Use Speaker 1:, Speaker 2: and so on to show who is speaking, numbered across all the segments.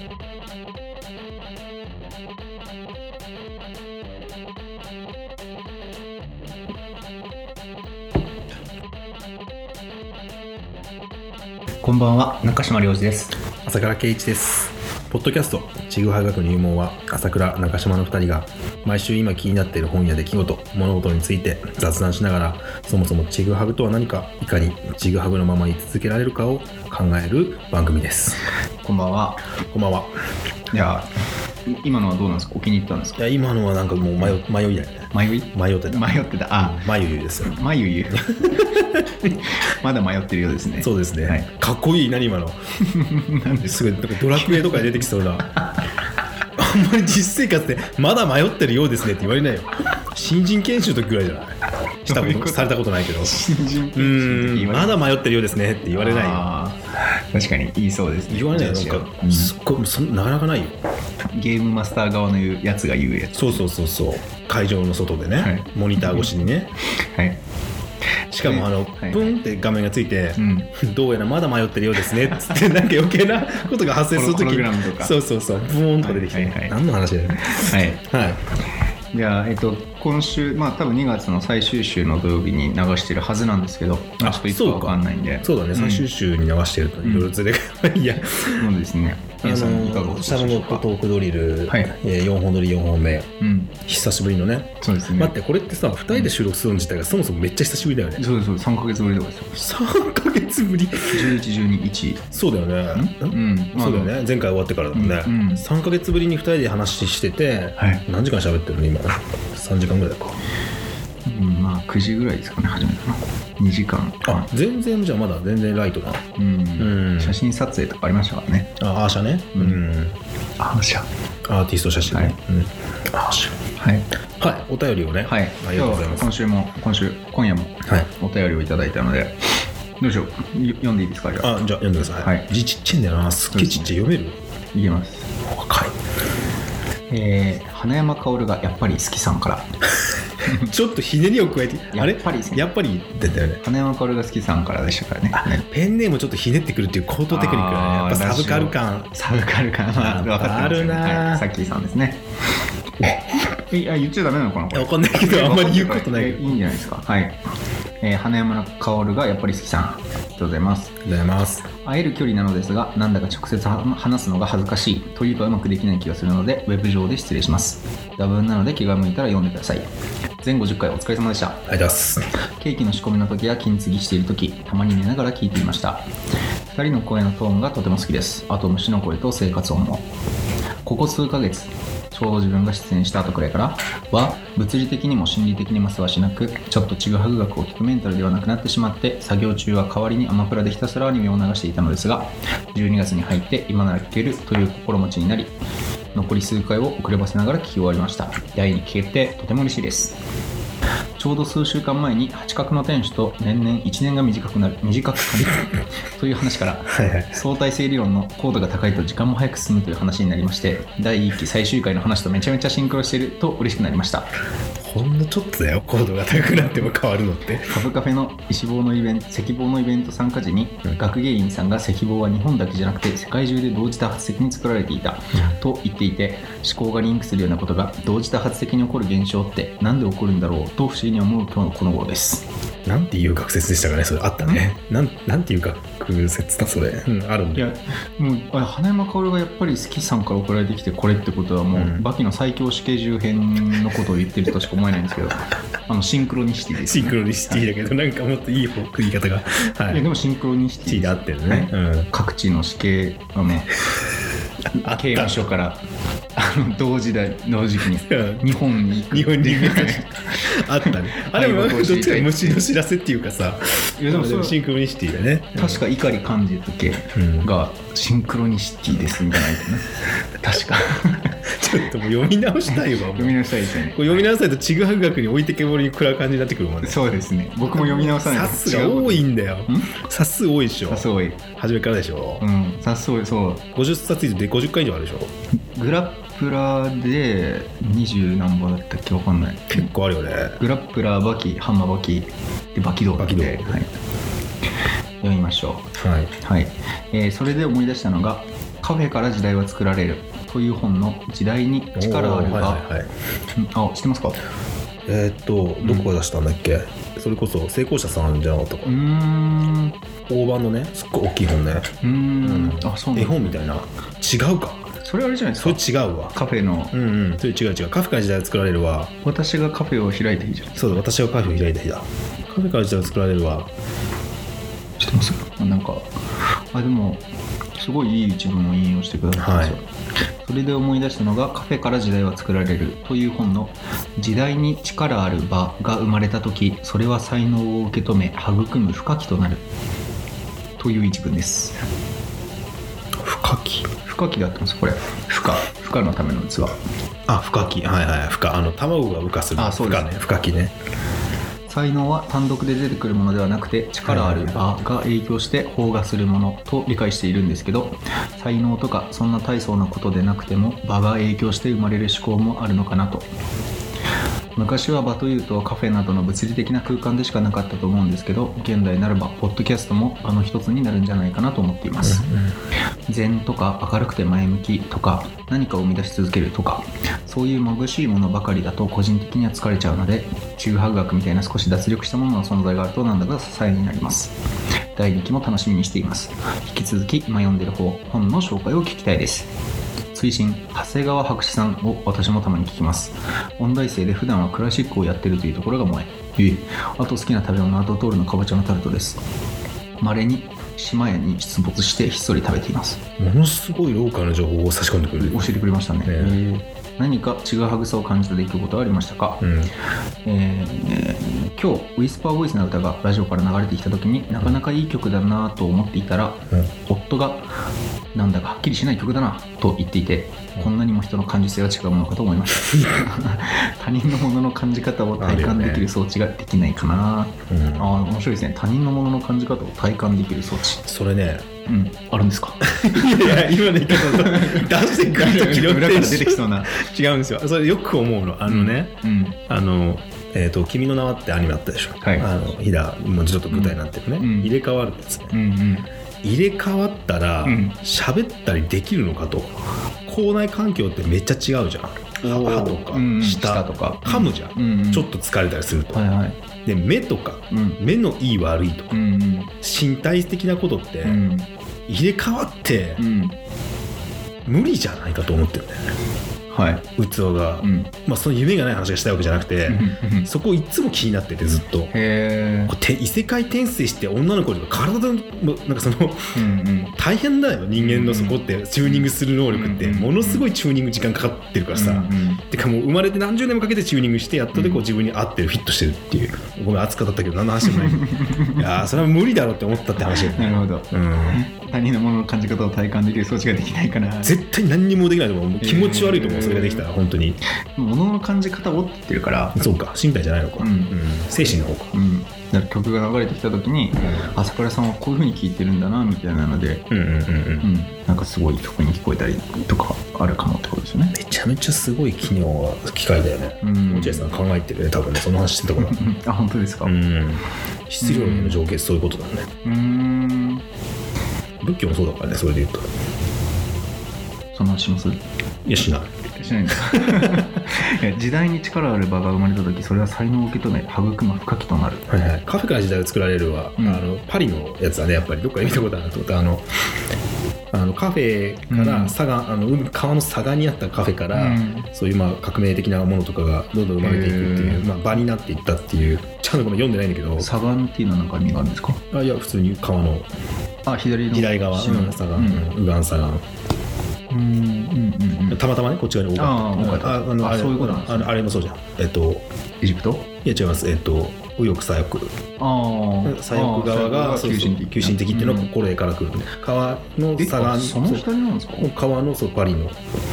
Speaker 1: こんばんは、中島良二です。
Speaker 2: 朝倉圭一です。ポッドキャストちぐはぐ学入門は、朝倉中島の2人が毎週今気になっている本や出来事、物事について雑談しながら、そもそもちぐはぐとは何か、いかにちぐはぐのまま居続けられるかを考える番組です。
Speaker 1: こんばんは。
Speaker 2: こんばんは。
Speaker 1: いや、今のはどうなんですか？お気に入ったんですか？
Speaker 2: いや、今のはなんかもう迷いだよね。迷ってた。あ、迷いですよ。
Speaker 1: 迷まだ迷ってるようですね。
Speaker 2: そうですね、はい、かっこいい。何今のなんですぐなんかドラクエとかで出てきそうなあんまり実生活でまだ迷ってるようですねって言われないよ。新人研修の時ぐらいじゃないされたことないけど、
Speaker 1: 新人研修の時
Speaker 2: まだ迷ってるようですねって言われないよ。
Speaker 1: 確かに言いそうですね。
Speaker 2: 言われないよ。なんかすっごいなかなかないよ。
Speaker 1: ゲームマスター側の言うやつが言うやつ。
Speaker 2: そう会場の外でね、はい、モニター越しにねはいしかもプンって画面がついて、どうやらまだ迷ってるようですねっつってなんか余計なことが発生するとき、そうブーンと出てきて、何の話だよね。
Speaker 1: じゃあ、今週、多分2月の最終週の土曜日に流してるはずなんですけど、ちょっといつか分かんないんで。
Speaker 2: そうだね、最終週に流してるといろいろずれがいや
Speaker 1: そうですね。皆さんいかがお過ごしでしょうか。
Speaker 2: シャムのトークドリル、4本撮り4本目、久しぶりのね。
Speaker 1: そうですね。
Speaker 2: 待って、これってさ、2人で収録するの自体がそもそもめっちゃ久しぶりだよね。
Speaker 1: そう3ヶ月ぶりとかですよ。
Speaker 2: 3ヶ月ぶり
Speaker 1: 11、12、1。
Speaker 2: そうだよね。そうだよね。前回終わってからだもんね。3ヶ月ぶりに2人で話してて、何時間喋ってるの今。3時間ぐらいか。
Speaker 1: 9時ぐらいですかね、始めたの。2時間。
Speaker 2: 全然じゃあまだ全然ライトな。
Speaker 1: 写真撮影とかありましたからね。
Speaker 2: アーシャね。
Speaker 1: アーシャ。
Speaker 2: アーティスト写真ね。アーシャ。はい。お便りをね。
Speaker 1: はい。ありがとうございます。今夜もお便りをいただいたので、どうしよう。読んでいいですか？じゃあ
Speaker 2: 読んでください。字ちっちゃいんだよな。すっげえちっちゃい。読める？
Speaker 1: いけます。
Speaker 2: 若い。
Speaker 1: 花山薫がやっぱり好きさんから
Speaker 2: ちょっとひねりを加えて、
Speaker 1: やっぱり
Speaker 2: だったよね。
Speaker 1: 花山薫が好きさんからでしたからね。
Speaker 2: ペンネームちょっとひねってくるっていう高等テクニックだね。やっぱサブカル感
Speaker 1: 分かってます
Speaker 2: るな。
Speaker 1: さっきーさんですね。言っちゃダメなのかなこれ。
Speaker 2: 分かんないけど、あんまり言うことないけど
Speaker 1: いいんじゃないですか。はい。花山薫がやっぱり好きさん、ありがとうございます。会える距離なのですが、なんだか直接話すのが恥ずかしいというかうまくできない気がするので、ウェブ上で失礼します。打文なので気が向いたら読んでください。全50回お疲れ様でした。
Speaker 2: ありがとうございます。
Speaker 1: ケーキの仕込みの時や金継ぎしている時、たまに寝ながら聞いていました。2人の声のトーンがとても好きです。あと虫の声と生活音も。ここ数ヶ月、ちょうど自分が出演した後くらいからは、物理的にも心理的にもせわしなく、ちょっとちぐはぐ学を聞くメンタルではなくなってしまって、作業中は代わりにアマプラでひたすらアニメを流していたのですが、12月に入って今なら聞けるという心持ちになり、残り数回を遅ればせながら聞き終わりました。第2期聞けてとても嬉しいです。ちょうど数週間前に八角の天使と年々1年が短く感じるという話から相対性理論の高度が高いと時間も早く進むという話になりまして、第1期最終回の話とめちゃめちゃシンクロしていると嬉しくなりました。
Speaker 2: ほんのちょっとだよ、高度が高くなっても変わるのって。
Speaker 1: カブカフェの赤棒のイベント参加時に、学芸員さんが赤棒は日本だけじゃなくて世界中で同時多発的に作られていたと言っていて、思考がリンクするようなことが同時多発的に起こる現象ってなんで起こるんだろうと不思議に思う今日のこの頃です。
Speaker 2: なんていう学説でしたかね。それあったね。なんていう学説だそれ。あるんだ。
Speaker 1: いやもう花山薫がやっぱり好きさんから送られてきてこれってことはもう、バキの最強死刑獣編のことを言ってるとしか思えないんですけどシンクロニシティです、ね、
Speaker 2: シンクロニシティだけど、なんかもっといい言い方が、
Speaker 1: いやでもシンクロニシティ
Speaker 2: で合ってるね、
Speaker 1: 各地の死刑はね刑務所から同時期に日本に
Speaker 2: あったね。あれもどっちか虫の知らせっていうかさ、でもシンクロニシティだね。
Speaker 1: 確か碇寛治時がシンクロニシティですみたいなね。確か
Speaker 2: ちょっともう読み直したいわ。
Speaker 1: 読み直したいですね。
Speaker 2: 読み直さないとちぐはぐ学に置いてけぼりに食らう感じになってくるもんね。
Speaker 1: そうですね。僕も読み直さないと。
Speaker 2: 冊数が多いんだよ。冊数多いでしょ。
Speaker 1: 冊数多い。
Speaker 2: 初めからでしょ。
Speaker 1: 冊数多い。そう。
Speaker 2: 50冊以上で50回以上あるでしょ。
Speaker 1: グラップラで20何本だったっけ、わかんない。
Speaker 2: 結構あるよね。
Speaker 1: グラップラ、バキ、ハンマーバキでバキドーで、読みましょう。それで思い出したのが、 カフェから時代は作られるという本の時代に力あるが、知ってますか？
Speaker 2: どこが出したんだっけ、それこそ成功者さんじゃなかったか。大判のね、すっごい大きい本ね。
Speaker 1: あ、そうなんだ。
Speaker 2: 絵本みたいな。違うか。
Speaker 1: それあれじゃないですか。
Speaker 2: それ違うわ。
Speaker 1: カフェの。
Speaker 2: それ違う。カフェから時代は作られるわ。
Speaker 1: 私がカフェを開いた日じゃないですか。
Speaker 2: そうだ、私がカフェを開いた日だ。カフェから時代は作られるわ。
Speaker 1: 知ってます？なんかでもすごいいい一文を引用してくださったんですよ。それで思い出したのが、カフェから時代は作られるという本の時代に力ある場が生まれた時、それは才能を受け止め育む深きとなるという一文です。深きだったんです。これ孵化のための器。
Speaker 2: 深き、卵が羽化する。
Speaker 1: そうですね。
Speaker 2: 深きね。
Speaker 1: 才能は単独で出てくるものではなくて、力ある場が影響して萌芽するものと理解しているんですけど、才能とかそんな大層なことでなくても場が影響して生まれる思考もあるのかなと。昔は場というとカフェなどの物理的な空間でしかなかったと思うんですけど、現代ならばポッドキャストも場の一つになるんじゃないかなと思っています。禅とか明るくて前向きとか何かを生み出し続けるとか、そういう眩しいものばかりだと個人的には疲れちゃうので、ちぐはぐ学みたいな少し脱力したものの存在があるとなんだか支えになります。第2期も楽しみにしています。引き続き今読んでる本の紹介を聞きたいです。推進、長谷川博士さんを私もたまに聞きます。音大生で普段はクラシックをやってるというところが萌え。あと好きな食べ物はドトールのかぼちゃのタルトです。稀に島屋に出没してひっそり食べています。
Speaker 2: ものすごいローカルな情報を差し込んでくれる。
Speaker 1: 教えてくれましたね。何かちぐはぐさを感じた出来事はありましたか？今日ウィスパーボイスな歌がラジオから流れてきた時になかなかいい曲だなと思っていたら、夫がなんだかはっきりしない曲だなと言っていて、こんなにも人の感受性は違うものかと思いました他人のものの感じ方を体感できる装置ができないかな。面白いですね。他人のものの感じ方を体感できる装置。
Speaker 2: それね、
Speaker 1: あるんですか？
Speaker 2: いや今の言い方出してくるとき
Speaker 1: 裏から出てきそうな。
Speaker 2: 違うんですよ。それよく思うの。君の名はってアニメあったでしょ。飛騨もちょっと舞台になってるね。入れ替わるんですね。入れ替わったら喋ったりできるのかと。校内環境ってめっちゃ違うじゃん。歯とか舌とか噛むじゃん。ちょっと疲れたりすると。で目とか、目のいい悪いとか、身体的なことって、入れ替わって、無理じゃないかと思ってるんだよね。器が、その夢がない話がしたいわけじゃなくて、そこいつも気になっててずっと。異世界転生して女の子とか体のなんかその、大変だよ人間のそこってチューニングする能力ってものすごいチューニング時間かかってるからさ、てかもう生まれて何十年もかけてチューニングしてやっとでこう自分に合ってるフィットしてるっていう。ごめん熱かったけど何の話でもないいやそれは無理だろうって思ったって話
Speaker 1: なるほど。他人のものの感じ方を体感できる装置ができないから
Speaker 2: 絶対何にもできないと思う。気持ち悪いと思う。それができたら本当に
Speaker 1: 物の感じ方をって言ってるから。
Speaker 2: そうか、身体じゃないのか、精神の方か。
Speaker 1: だから曲が流れてきた時に、朝倉さんはこういう風に聴いてるんだなみたいなので、なんかすごい曲に聞こえたりとかあるかもってことですよね。
Speaker 2: めちゃめちゃすごい機械だよね。落合さん考えてるね多分ね。その話してたから
Speaker 1: 本当ですか？
Speaker 2: 質量の条件そういうことだね。仏教もそうだからね。それで言うと
Speaker 1: その話します？い
Speaker 2: やしない
Speaker 1: んだ時代に力ある場が生まれた時、それは才能を受け止め育む深きとなる。
Speaker 2: カフェから時代を作られるは、パリのやつだね。やっぱりどっかで見たことあるなと思ったカフェから川の左岸にあったカフェから、そういう革命的なものとかがどんどん生まれていくっていう、場になっていったっていう。ちゃんと読んでないんだけど、
Speaker 1: 左岸っていうのは何か意味があるんですか？
Speaker 2: いや普通に川の左側、左岸、右岸、左岸。たまたまねこっち側に多かった。そういうことなんですね。あれもそうじゃん。
Speaker 1: エジプト？
Speaker 2: いや違います。右翼左翼。左翼側が急進的っていうのはこれから来るんで、川の左岸。
Speaker 1: その左なんですか？
Speaker 2: 川のパリの。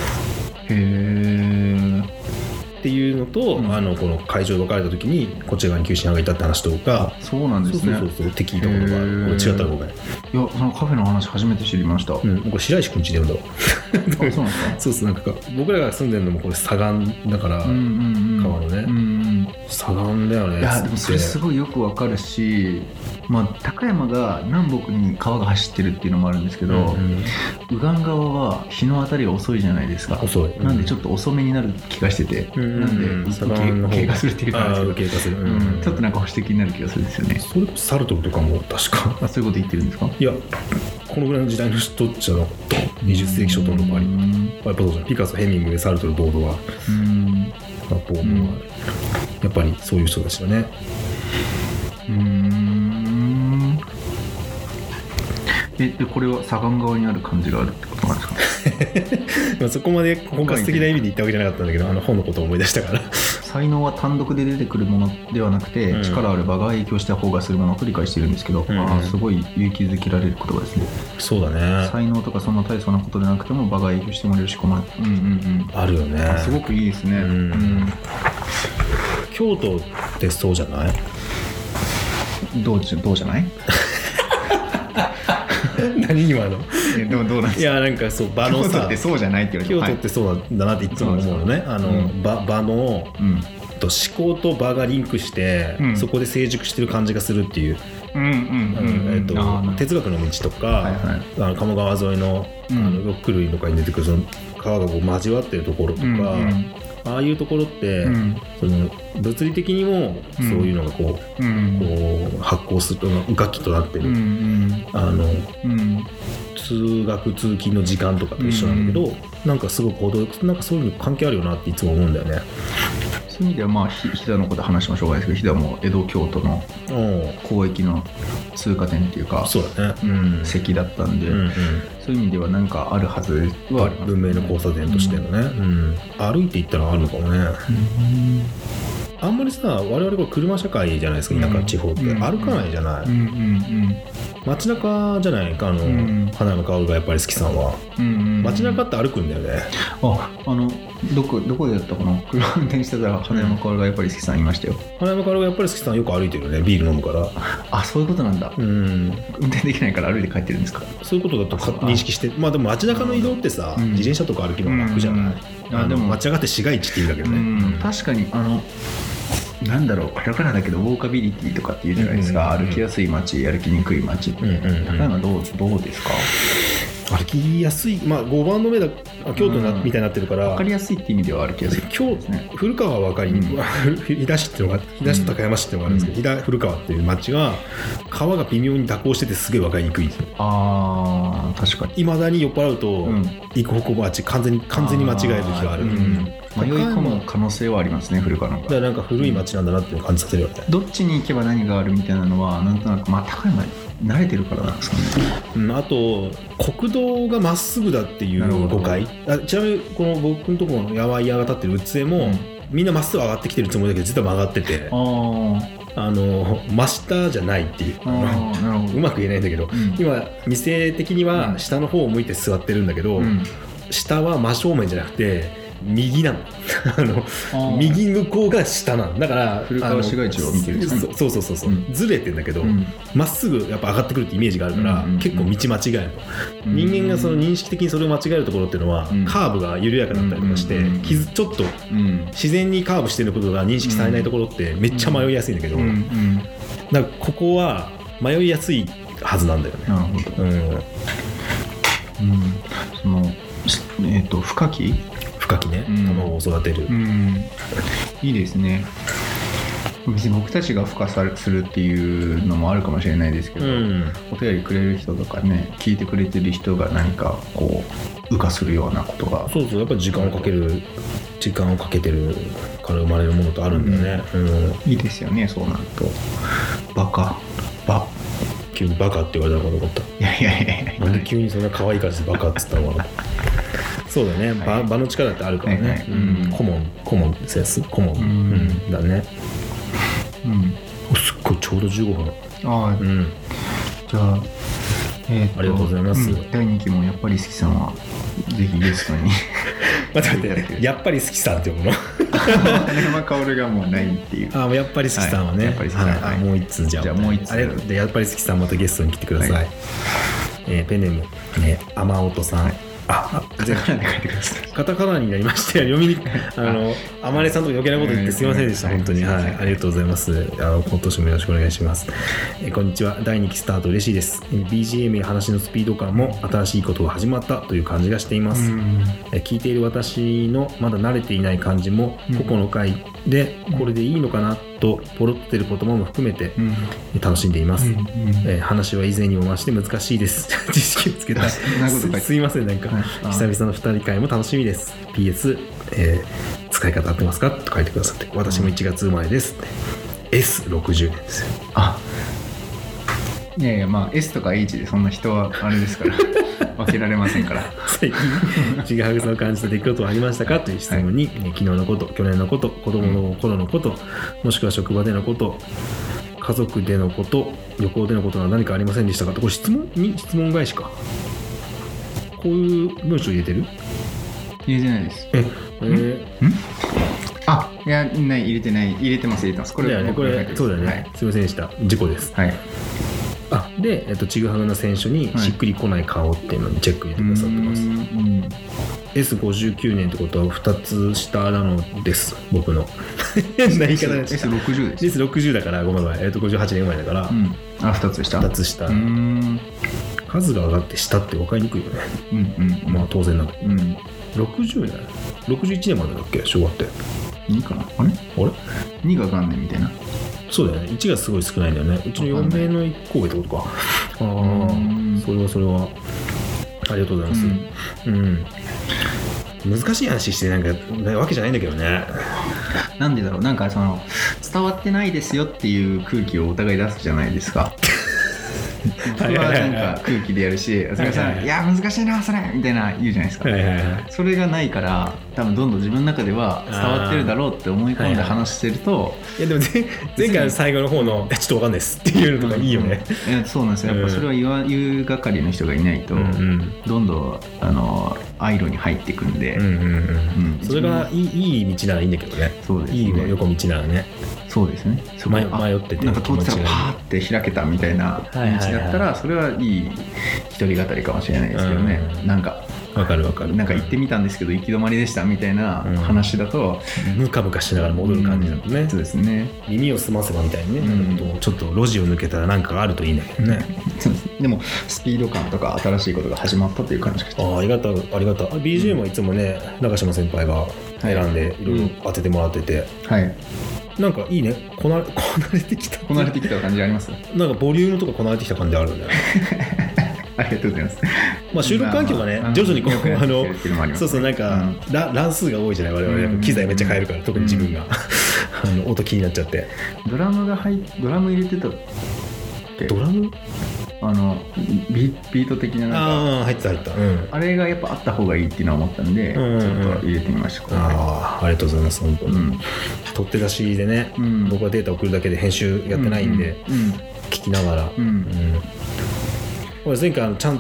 Speaker 2: っていうのと、この会場で分かれた時にこっち側に急進派がいたって話とか。
Speaker 1: そうなんですね。
Speaker 2: そうって聞いたことがある。これ違ったらごめん。いや
Speaker 1: そのカフェの話初めて知りました。
Speaker 2: これ白石くんちで読んだわ。
Speaker 1: そうなんですか？
Speaker 2: そうなんか僕らが住んでるのもこれ左岸だから、川のね、左岸だよね。
Speaker 1: いやでもそれすごいよくわかるし、 まあ、高山が南北に川が走ってるっていうのもあるんですけど、右岸側は日の当たりが遅いじゃないですか。
Speaker 2: 遅い、
Speaker 1: なんでちょっと遅めになる気がしてて、なんで経過するっていうか
Speaker 2: 経過する、
Speaker 1: ちょっとなんか保守的になる気がするんですよね。
Speaker 2: それこそサルトルとかも確か
Speaker 1: そういうこと言ってるんですか。
Speaker 2: いやこのぐらいの時代の人じゃなかった20世紀初頭のパリ、やっぱそうじゃん。ピカソ、ヘミングウェイ、サルトル、ボードはやっぱりそういう人たちだね。
Speaker 1: でこれは左岸側にある感じがあるってことなんですか。
Speaker 2: そこまで本格的な意味で言ったわけじゃなかったんだけど、本のことを思い出したから
Speaker 1: 才能は単独で出てくるものではなくて、力ある場が影響した方がするものと理解しているんですけど、すごい勇気づけられる言葉ですね。
Speaker 2: そうだね。
Speaker 1: 才能とかそんな大層なことでなくても場が影響してもらえるし込まれて、
Speaker 2: あるよね。
Speaker 1: すごくいいですね。
Speaker 2: 京都ってそうじゃない？
Speaker 1: どうじゃない？
Speaker 2: 何今の？
Speaker 1: でもどうなんですか？
Speaker 2: いやなんかそう場のさ、
Speaker 1: 京都ってそうじゃないって言われて、
Speaker 2: 京都ってそうだなっていつも思うのね。場の思考と場がリンクして、そこで成熟してる感じがするっていう。哲学の道とか、鴨川沿いのロック類とかに出てくるその川がこう交わってるところとか、ああいうところって、その物理的にもそういうのがこう発光する楽器となってる、通学通勤の時間とかと一緒なんだけど、なんかすごくなんかそういうの関係あるよなっていつも思うんだよね。
Speaker 1: そういう意味ではまあ飛騨のこと話しましょうがないですけど、飛騨も江戸京都の交易の通過点っていうか、
Speaker 2: そうだね、
Speaker 1: 関だったんで、そういう意味ではなんかあるはずはあります、
Speaker 2: 文明の交差点としてのね、歩いていったらあるのかもね。あんまりさ、我々は車社会じゃないですか、田舎地方って歩かないじゃない。街中じゃないか、花山薫がやっぱり好きさんは、街中って歩くんだよね。
Speaker 1: どこでやったかな、車運転してたら花山薫がやっぱり好きさんいましたよ。
Speaker 2: 花山薫がやっぱり好きさんよく歩いてるよね、ビール飲むから。
Speaker 1: あ、そういうことなんだ。運転できないから歩いて帰ってるんですか。
Speaker 2: そういうことだと認識して。まあでも街中の移動ってさ、自転車とか歩きの楽じゃない。でも街中って市街地って言うんだけどね。
Speaker 1: 確かになんだろう、これからだけどウォーカビリティとかって言うじゃないですか、歩きやすい街、歩きにくい街って、高山どうですか。
Speaker 2: 歩きやすい、まあ5番の目だ、京都みたいになってるから
Speaker 1: 分かりやすいって意味では歩きやすい。
Speaker 2: 京都ね、古川は分かり、飛騨市っていうのが、飛騨市と高山市っていうのがあるんですけど、古川っていう町は川が微妙に蛇行しててすげえ分かりにくいんですよ。
Speaker 1: ああ、確かに。
Speaker 2: いまだに酔っ払うと、行く方向は完全に間違える時がある。
Speaker 1: 迷い込む可能性はありますね、古川の方が。
Speaker 2: だからなんか古い町なんだなっていうのを感じさせるよね。
Speaker 1: どっちに行けば何があるみたいなのはなんとなく、まあ高山慣れてるからなんですかね。
Speaker 2: あと国道がまっすぐだっていう誤解。ちなみにこの僕のところの山が立ってる宇都も、みんなまっすぐ上がってきてるつもりだけど実は曲がってて、真下じゃないっていう、うまく言えないんだけど、今店的には下の方を向いて座ってるんだけど、下は真正面じゃなくて右なの右向こうが下なんだから、
Speaker 1: 古川市街地を見てるんですか。
Speaker 2: そう、ずれてんだけどまっすぐやっぱ上がってくるってイメージがあるから、結構道間違えるの。人間がその認識的にそれを間違えるところっていうのは、カーブが緩やかだったりとかして、ちょっと自然にカーブしてることが認識されないところってめっちゃ迷いやすいんだけど、だからここは迷いやすいはずなんだよね。
Speaker 1: なるほど。その深きね、卵を育てる、いいですね。別に僕たちが孵化するっていうのもあるかもしれないですけど、お便りくれる人とかね、聞いてくれてる人が何かこう孵化するようなことが、
Speaker 2: そうやっぱり時間をかけてるから生まれるものとあるんだよね。
Speaker 1: いいですよね、そうなると。
Speaker 2: 急にバカって言われたのかと思った。いやなんで急にそんな可愛い感じでバカって言ったのかな。そうだね、場の力ってあるからね。顧問センス、顧問だね。すっごいちょうど15分。
Speaker 1: じゃあ
Speaker 2: ありがとうございます。
Speaker 1: 第2期もやっぱり好きさんはぜひゲストに
Speaker 2: 待ってやっぱり好きさんっていうもの
Speaker 1: 花山薫がもうないっていう。
Speaker 2: やっぱり好きさんはね、
Speaker 1: やっぱり好きさん、
Speaker 2: もう一通じゃあもう一通で、やっぱり好きさんまたゲストに来てください。ペンネーム雨音さん、
Speaker 1: カタカナで書いてください。
Speaker 2: カタカナになりまして読みにあまねさんと余計なこと言ってすいませんでした、本当に、はい、ありがとうございます。今年もよろしくお願いします。こんにちは。第2期スタート嬉しいです。BGM や話のスピード感も新しいことが始まったという感じがしています。聞いている私のまだ慣れていない感じも個々の回でこれでいいのかなとポロってる言葉も含めて楽しんでいます。話は以前にも増して難しいです。知識をつけたすいません、なんか久々の2人会も楽しみです。 PS、使い方合ってますかと書いてくださって、私も1月生まれです。 S60 年ですよ。
Speaker 1: いやいや、まあ S とか H でそんな人はあれですから分けられませんから。
Speaker 2: 最近ちぐはぐさを感じた出来事はありましたかという質問に、昨日のこと、去年のこと、子供の頃のこと、もしくは職場でのこと、家族でのこと、旅行でのことは何かありませんでしたかと。これ質問返しか。こういう文章入れてる？
Speaker 1: 入れてないです。いや、入れてない。入れてます。これ
Speaker 2: これそうだよね、はい、すいませんでした。事故です。はい。で、ちぐはぐな選手にしっくりこない顔っていうのにチェック入れてくださってます。S59 年ってことは2つ下なのです。僕の変な言い方でした。
Speaker 1: S60 です。
Speaker 2: S60 だからごめん、58年生まれだから、
Speaker 1: 2つ下。
Speaker 2: 2つ下。数が上がって下って分かりにくいよね。まあ当然なの。60年61年までだっけ、昭和って。
Speaker 1: 2かな。あれ ?2 が元年みたいな。
Speaker 2: そうだよね。1がすごい少ないんだよね。うちの4名の1個上ってことか。それはありがとうございます。難しい話してなんかわけじゃないんだけどね。
Speaker 1: なんでだろう。なんかその伝わってないですよっていう空気をお互い出すじゃないですか。僕はなんか空気でやるし、あさみさん、いや難しいなそれみたいな言うじゃないですか。それがないから多分どんどん自分の中では伝わってるだろうって思い込んで話してると、
Speaker 2: いやでも前回の最後の方のちょっと分かんないですっていうのとかいいよね。
Speaker 1: そうなんですよ。やっぱそれは言う係の人がいないとどんどんアイロに入っていくんで、
Speaker 2: それがいい道ならいいんだけどね。そうですね。いい横道ならね。
Speaker 1: そうですね。
Speaker 2: 迷ってて
Speaker 1: なんか通ってたらパーって開けたみたいな道だったらそれはいい一人語りかもしれないですけどね。なんか
Speaker 2: わかる
Speaker 1: なんか行ってみたんですけど行き止まりでしたみたいな話だと、
Speaker 2: ムカムカしながら戻る感じだとね。
Speaker 1: そうですね。耳を澄ませばみたいにね、ちょっと路地を抜けたら何かがあるといいんだけどね。でもスピード感とか新しいことが始まったという感じがして、
Speaker 2: ありがたい。BGM はいつもね、中島先輩が選んでいろいろ当ててもらってて、なんかいいね。こなれてきた
Speaker 1: 感じあります？
Speaker 2: なんかボリュームとかこなれてきた感じあるよね。
Speaker 1: ありがとうございます。
Speaker 2: まあ収録環境がね、徐々にこうそうなんか乱数が多いじゃない我々。機材めっちゃ変えるから、特に自分が音気になっちゃって。
Speaker 1: ドラム入れてたっけ？
Speaker 2: ドラム？
Speaker 1: ビート的ななんか
Speaker 2: 入った、
Speaker 1: あれがやっぱあった方がいいっていうのは思ったんで、ちょっと入れてみました。
Speaker 2: ありがとうございます。本当に取って出しでね、僕はデータ送るだけで編集やってないんで聞きながら、俺前回第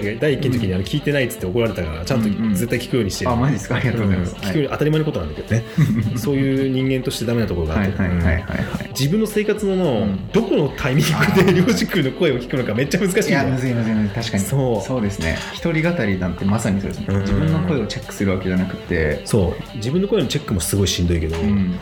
Speaker 2: 1期の時に聞いてないっつって怒られたから、ちゃんと絶対聞くようにしてる。
Speaker 1: マジですか？ありがとうございます。
Speaker 2: 聞くより当たり前のことなんだけどね。そういう人間としてダメなところがあって、自分の生活のどこのタイミングでりょうじくんの声を聞くのかめっちゃ難しいんだよ。いや、むずい
Speaker 1: 確かにそうですね。一人語りなんてまさにそうですね。自分の声をチェックするわけじゃなくて、
Speaker 2: そう自分の声のチェックもすごいしんどいけど、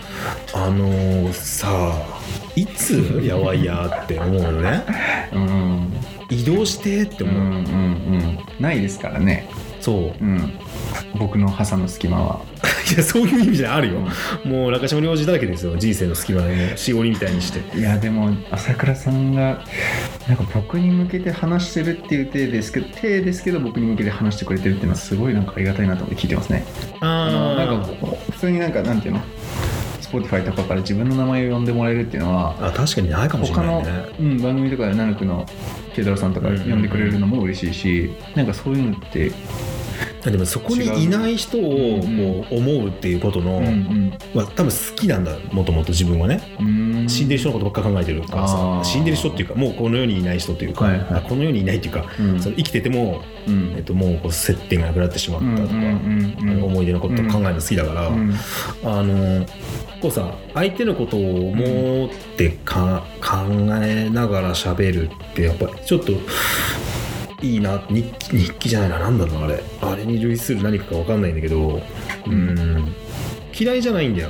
Speaker 2: さあいつやわいやって思うよね。移動してって思う。
Speaker 1: ないですからね。
Speaker 2: そう、
Speaker 1: 僕の挟む隙間は。
Speaker 2: いや、そういう意味じゃあるよ。もう中島良二だらけですよ。人生の隙間でしおりみたいにして。
Speaker 1: いやでも朝倉さんがなんか僕に向けて話してるっていう体ですけど僕に向けて話してくれてるっていうのはすごいなんかありがたいなと思って聞いてますね。なんか普通になんていうの、Spotify とかから自分の名前を呼んでもらえるっていうのは
Speaker 2: 確かにないかもしれないね。
Speaker 1: 他の、番組とかでナヌクの慶太郎さんとか呼んでくれるのも嬉しいし、なんかそういうのって
Speaker 2: でもそこにいない人をこう思うっていうことの、多分好きなんだ、もともと自分はね。死んでる人のことばっか考えてるからさ、死んでる人っていうかもうこの世にいない人っていうか、この世にいないっていうか、その生きてても、もうこう接点がなくなってしまったとか、思い出のことを考えるの好きだから、こうさ、相手のことを思って考えながら喋るってやっぱりちょっといいな、日記じゃないな、なんだろうあれに類する何かか分かんないんだけど、嫌いじゃないんだよ、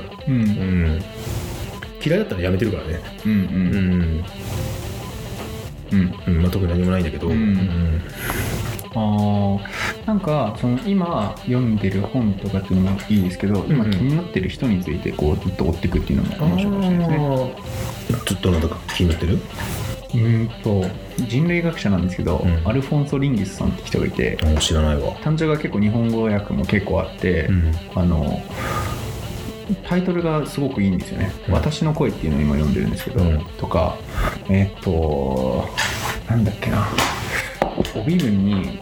Speaker 2: 嫌いだったらやめてるからね、まあ、特に何もないんだけど、
Speaker 1: なんかその今読んでる本とかっていうのもいいですけど、今気になってる人についてこうずっと追っていくっていうのも面白いかもしれないですね。
Speaker 2: ずっとなんだか気になってる？
Speaker 1: 人類学者なんですけど、アルフォンソ・リンギスさんって人がいて、
Speaker 2: 知らないわ。
Speaker 1: 単調が結構日本語訳も結構あって、タイトルがすごくいいんですよね、私の声っていうのを今読んでるんですけど、とかなんだっけな、帯文に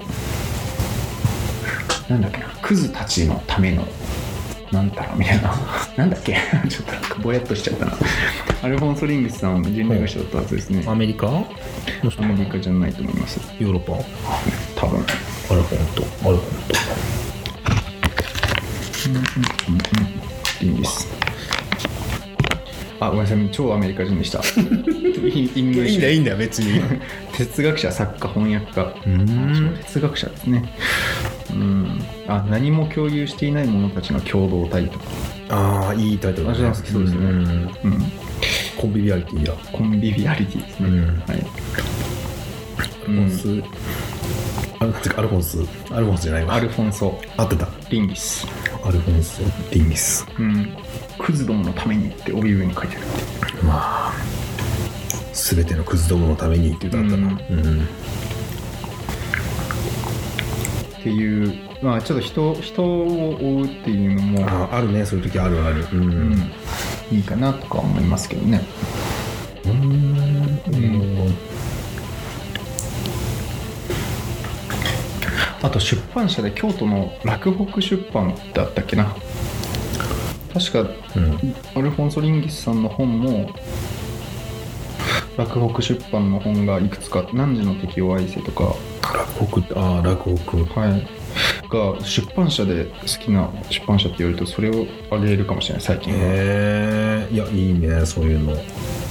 Speaker 1: なんだっけな、クズたちのためのなんたらみたいななんだっけちょっとなんかぼやっとしちゃったな。アルフォンソ・リンギスさん人類学者だったはずですね。
Speaker 2: アメリカ？
Speaker 1: アメリカじゃないと思います。
Speaker 2: ヨーロッパ？
Speaker 1: 多分。
Speaker 2: アルフォント
Speaker 1: リンギス。ごめんなさい、超アメリカ人でした。
Speaker 2: いいんだよ別に。
Speaker 1: 哲学者、作家、翻訳家。哲学者ですね。何も共有していない者たちの共同体とか。いいタイトルだね。
Speaker 2: そうですね。コンビビアリティだ。
Speaker 1: コンビビアリティですね。はい。
Speaker 2: アルフォンスじゃないわ。
Speaker 1: アルフォンソ。
Speaker 2: 合ってた。
Speaker 1: リンギス。
Speaker 2: アルフォンソ・リンギス。
Speaker 1: クズどものためにって帯上に書いてある。
Speaker 2: まあ全てのクズどものためにって歌ったな。
Speaker 1: っていう、まあちょっと人を追うっていうのも
Speaker 2: あるね、そういう時ある。
Speaker 1: いいかなとか思いますけどね。あと出版社で京都の洛北出版だったっけな、確か、アルフォンソ・リンギスさんの本も洛北出版の本がいくつか、汝の敵を愛せとか、
Speaker 2: 洛北、
Speaker 1: はい、が出版社で好きな出版社って言われるとそれをあげるかもしれない最近は。
Speaker 2: いやいいね、そういうの。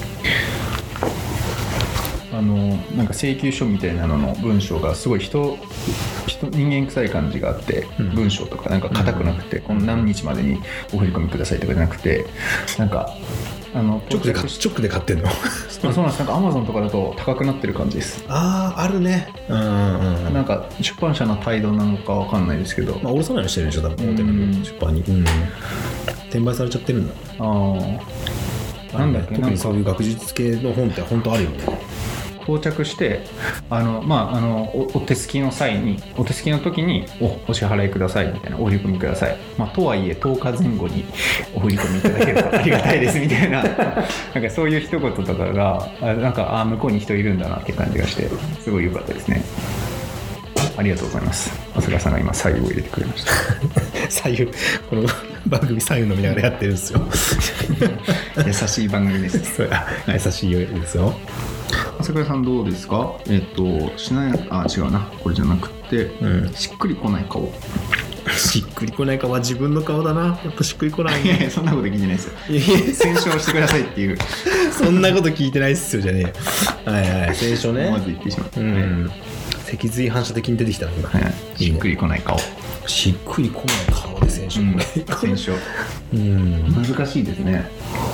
Speaker 1: なんか請求書みたいなのの文章がすごい人間臭い感じがあって、文章とかなんか硬くなくて、この何日までにお振り込みくださいとかじゃなくて、なんか
Speaker 2: 直で買ってんの？
Speaker 1: そうなんです。なんか Amazon とかだと高くなってる感じです。
Speaker 2: あるね。
Speaker 1: なんか出版社の態度なのかわかんないですけど、
Speaker 2: 下ろさないようにしてるでしょ多分、表の出版に。転売されちゃってるんだ。
Speaker 1: なんだっけ、
Speaker 2: 特にそういう学術系の本って本当あるよね。
Speaker 1: 到着してお手すきの際に、お手すきの時にお支払いくださいみたいな、お振り込みください、とはいえ10日前後にお振り込みいただけるとありがたいですみたいななんかそういう一言とかがなんか向こうに人いるんだなって感じがして、すごい良かったですね。ありがとうございます。浅倉さんが今左右を入れてくれました
Speaker 2: 左右、この番組左右飲みながらやってるんですよ
Speaker 1: 優しい番組です
Speaker 2: 優しいですよ。
Speaker 1: 朝倉さんどうですか？違うな、これじゃなくて、しっくりこない顔。
Speaker 2: しっくりこない顔は自分の顔だな。やっぱしっくりこないね。
Speaker 1: そんなこと聞いてないですよ。選書してくださいっていう
Speaker 2: そんなこと聞いてないっすよじゃねえ。選書ね。
Speaker 1: まず言ってしまった、
Speaker 2: 脊髄反射的に出てきたの今、
Speaker 1: しっくりこない顔。
Speaker 2: しっくりこない顔で選書、
Speaker 1: 選書難しいですね。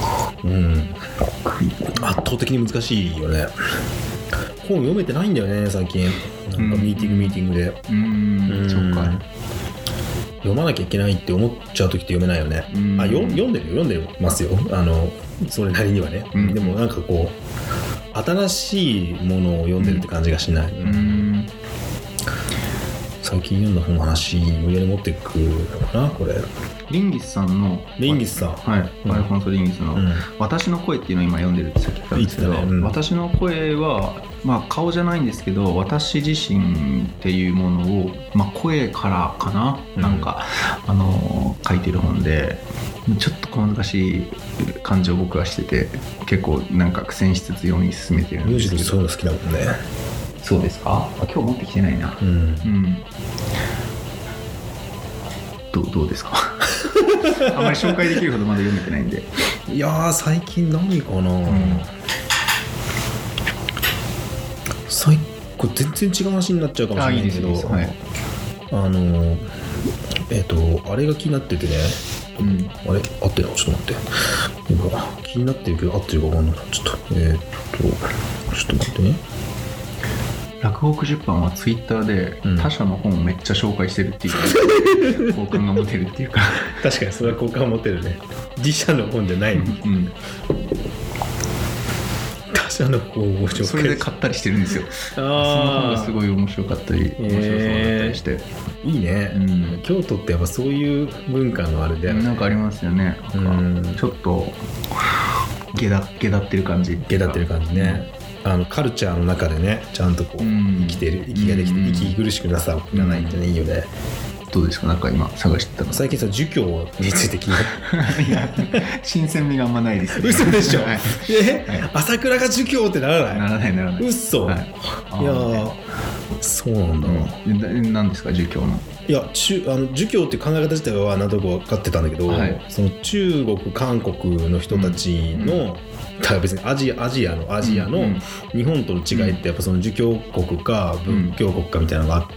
Speaker 2: 圧倒的に難しいよね。本読めてないんだよね最近。なんかミーティングで
Speaker 1: そうか。
Speaker 2: 読まなきゃいけないって思っちゃう時って読めないよね。読んでますよ、それなりにはね、でもなんかこう新しいものを読んでるって感じがしない。最近読んだ本の話無理やり持っていくのかなこれ。
Speaker 1: リンギスさんの
Speaker 2: はい、
Speaker 1: アルフォンソ・リンギスの私の声っていうのを今読んでるってさっき言ったんですけど、私の声は顔じゃないんですけど、私自身っていうものを声からかな、なんか書いてる本で、ちょっと小難しい感じを僕はしてて、結構なんか苦戦しつつ読み進めてるんですけど。
Speaker 2: そういうの好きだもんね。
Speaker 1: そうですか？今日持ってきてないな。どうですか？あまり紹介できるほどまだ読めてないんで。
Speaker 2: いやー最近何かな、最これ全然違う話になっちゃうかもしれないけど、
Speaker 1: はい、
Speaker 2: あれが気になっててね、あれ合ってるのちょっと待って、今気になってるけど合ってるか分かんなくなっちゃった。ちょっと待ってね。
Speaker 1: 落語10版はツイッターで他社の本をめっちゃ紹介してるっていう、好感が持てるっていうか
Speaker 2: 確かにそれは好感持てるね。自社の本じゃないの、他社の本を紹介、
Speaker 1: それで買ったりしてるんですよ。その本がすごい面白かったり、面白そうだったりして、
Speaker 2: いいね、京都ってやっぱそういう文化のあるで、
Speaker 1: なんかありますよね。ちょっと下立ってる感じ、
Speaker 2: 下立ってる感じね。カルチャーの中でね、ちゃんとこう生きてる、息ができて、息苦しくなさがないってね、いいよね。
Speaker 1: どうですか、なんか今探してたの。
Speaker 2: 最近さ、儒教について気になって
Speaker 1: いや、新鮮味があんまないですよね。
Speaker 2: 嘘でしょ、朝倉が儒教ってならない？
Speaker 1: ならない
Speaker 2: 嘘、いやそうなんだな。
Speaker 1: 何ですか、儒教の。
Speaker 2: いや、儒教っていう考え方自体は何とか分かってたんだけど、その中国韓国の人たちの、だから別にアジアの日本との違いってやっぱその儒教国か仏教国かみたいなのがあって、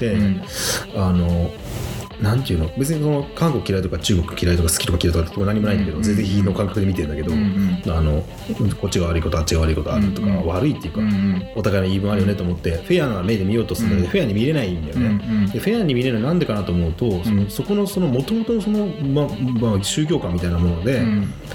Speaker 2: なんていうの、別にその韓国嫌いとか中国嫌いとか好きとか嫌いとか何もないんだけど、全然非の感覚で見てるんだけど、こっちが悪いことあっちが悪いことあるとか、悪いっていうか、お互いの言い分あるよねと思ってフェアな目で見ようとするんだけど、フェアに見れないんだよね。でフェアに見れるのはなんでかなと思うと、そこのその元々のその宗教観みたいなもので、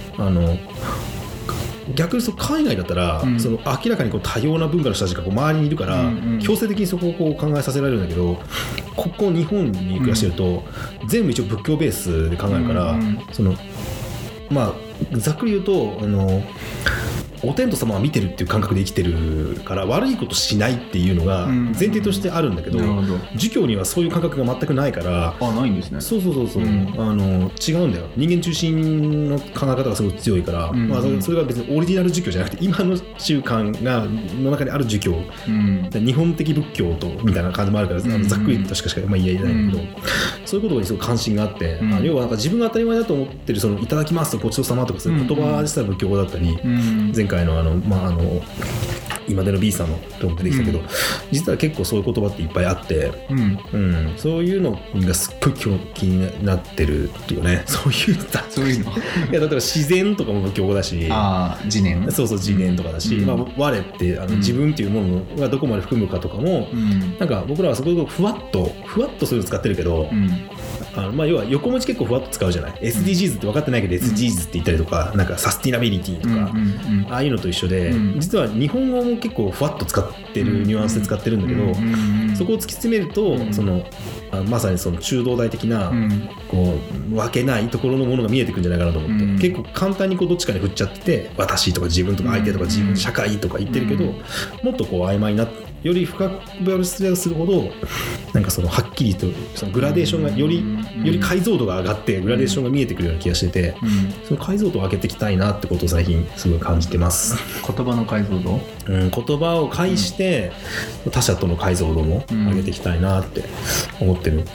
Speaker 2: 逆に海外だったら、その明らかにこう多様な文化の人たちがこう周りにいるから、強制的にそこをこう考えさせられるんだけど、ここ日本に暮らしてると、全部一応仏教ベースで考えるから、そのまあざっくり言うとお天道様は見てるっていう感覚で生きてるから悪いことしないっていうのが前提としてあるんだけど、儒教にはそういう感覚が全くないから。
Speaker 1: ないんですね。
Speaker 2: そう、違うんだよ。人間中心の考え方がすごい強いから、それが別にオリジナル儒教じゃなくて今の習慣の中にある儒教、日本的仏教とみたいな感じもあるから、ざっくりとしか言えないんだけど、そういうことにすごい関心があって、要はなんか自分が当たり前だと思ってるそのいただきますとごちそうさまとかそういう言葉自体は仏教語だったり、前回の今での B さんのと出てきたけど、実は結構そういう言葉っていっぱいあって、そういうのがすっごい気になってるっていうね。そういうのいや、例えば自然とかも仏教語だし、
Speaker 1: 自然、
Speaker 2: そう自然とかだし、我って自分っていうものがどこまで含むかとかも、なんか僕らはそこでふわっとそういうの使ってるけど、要は横文字結構ふわっと使うじゃない。 SDGs って分かってないけど SDGs って言ったりとか、なんかサスティナビリティとか、ああいうのと一緒で、実は日本語も結構ふわっと使ってるニュアンスで使ってるんだけど、そこを突き詰めると、そのまさにその中道大的な、こう分けないところのものが見えてくるんじゃないかなと思って、結構簡単にこうどっちかに振っちゃってて、私とか自分とか相手とか自分、社会とか言ってるけど、もっとこう曖昧になって、より深掘りすればするほど、なんかそのはっきりとそのグラデーションがより解像度が上がってグラデーションが見えてくるような気がしてて、その解像度を上げていきたいなってことを最近すごい感じてます。
Speaker 1: 言葉の解像度、
Speaker 2: 言葉を介して他者との解像度も上げていきたいなって思ってる。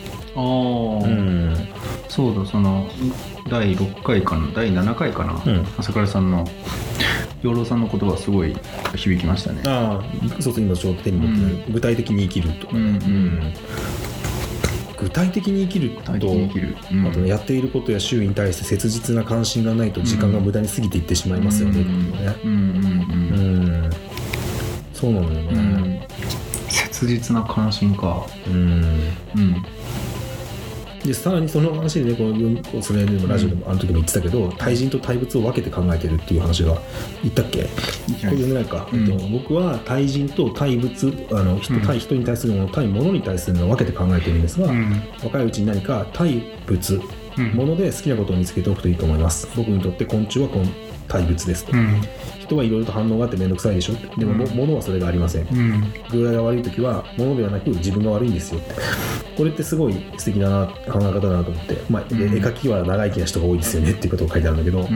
Speaker 1: そうだ、その第6回かな第7回かな、朝倉さんの養老さんの言葉すごい響きましたね。そう今ちょうど手に持ってる、具体的に生きるとか、具体的に生きると、あとやっていることや周囲に対して切実な関心がないと時間が無駄に過ぎていってしまいますよね。そうなのよね。 切実な関心か。
Speaker 2: でさらにその話でね、それでもラジオでもあの時も言ってたけど、対人と対物を分けて考えてるっていう話が言ったっけ？これ読めないか。僕は対人と対物、対人に対するもの、対物に対するものを分けて考えてるんですが、若いうちに何か対物、もので好きなことを見つけておくといいと思います。僕にとって昆虫は対物ですと。人はいろいろと反応があって面倒くさいでしょ。でも物はそれがありません。具合が悪い時は物ではなく自分が悪いんですよって。これってすごい素敵な考え方だなと思って、絵描きは長生きな人が多いですよねっていうことを書いてあるんだけど、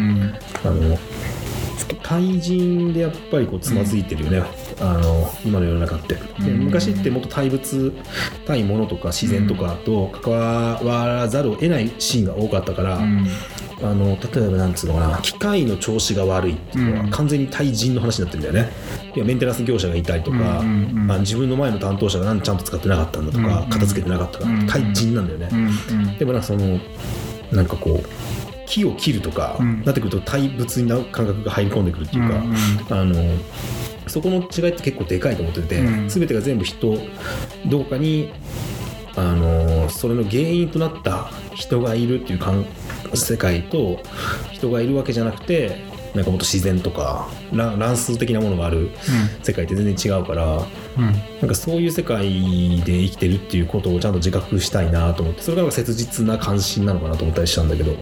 Speaker 2: 対人でやっぱりこうつまずいてるよね、今の世の中って。で昔ってもっと対物、対物とか自然とかと関わらざるを得ないシーンが多かったから、 例えばなんつうのかな、機械の調子が悪いっていうのは完全に対人の話になってるんだよね。いやメンテナンス業者がいたりとか、自分の前の担当者がなんでちゃんと使ってなかったんだとか、片付けてなかったから対人なんだよね。でもなんかなんかこう木を切るとか、なってくると対物な感覚が入り込んでくるっていうか、そこの違いって結構でかいと思ってて、全てが全部どこかにそれの原因となった人がいるっていう世界と人がいるわけじゃなくて、なんかもっと自然とか乱数的なものがある世界って全然違うから、なんかそういう世界で生きてるっていうことをちゃんと自覚したいなと思って、それが切実な関心なのかなと思ったりしたんだけど、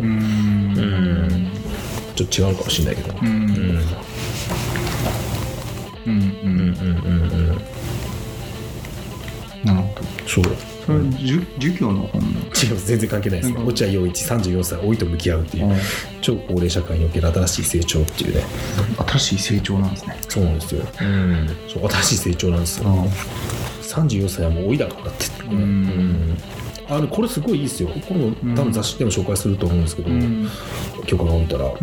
Speaker 2: ちょっと違うかもしれないけど、
Speaker 1: なるほど。
Speaker 2: そう
Speaker 1: それは儒教の本の？
Speaker 2: 違う、全然関係ないですね。落合陽一34歳老いと向き合うっていう、超高齢社会における新しい成長っていうね。
Speaker 1: 新しい成長なんですね。
Speaker 2: そうなんですよ。そう、新しい成長なんですよ。34歳はもう老いだからって言って、これすごいいいですよ。これも多分雑誌でも紹介すると思うんですけど、許可が下りたら、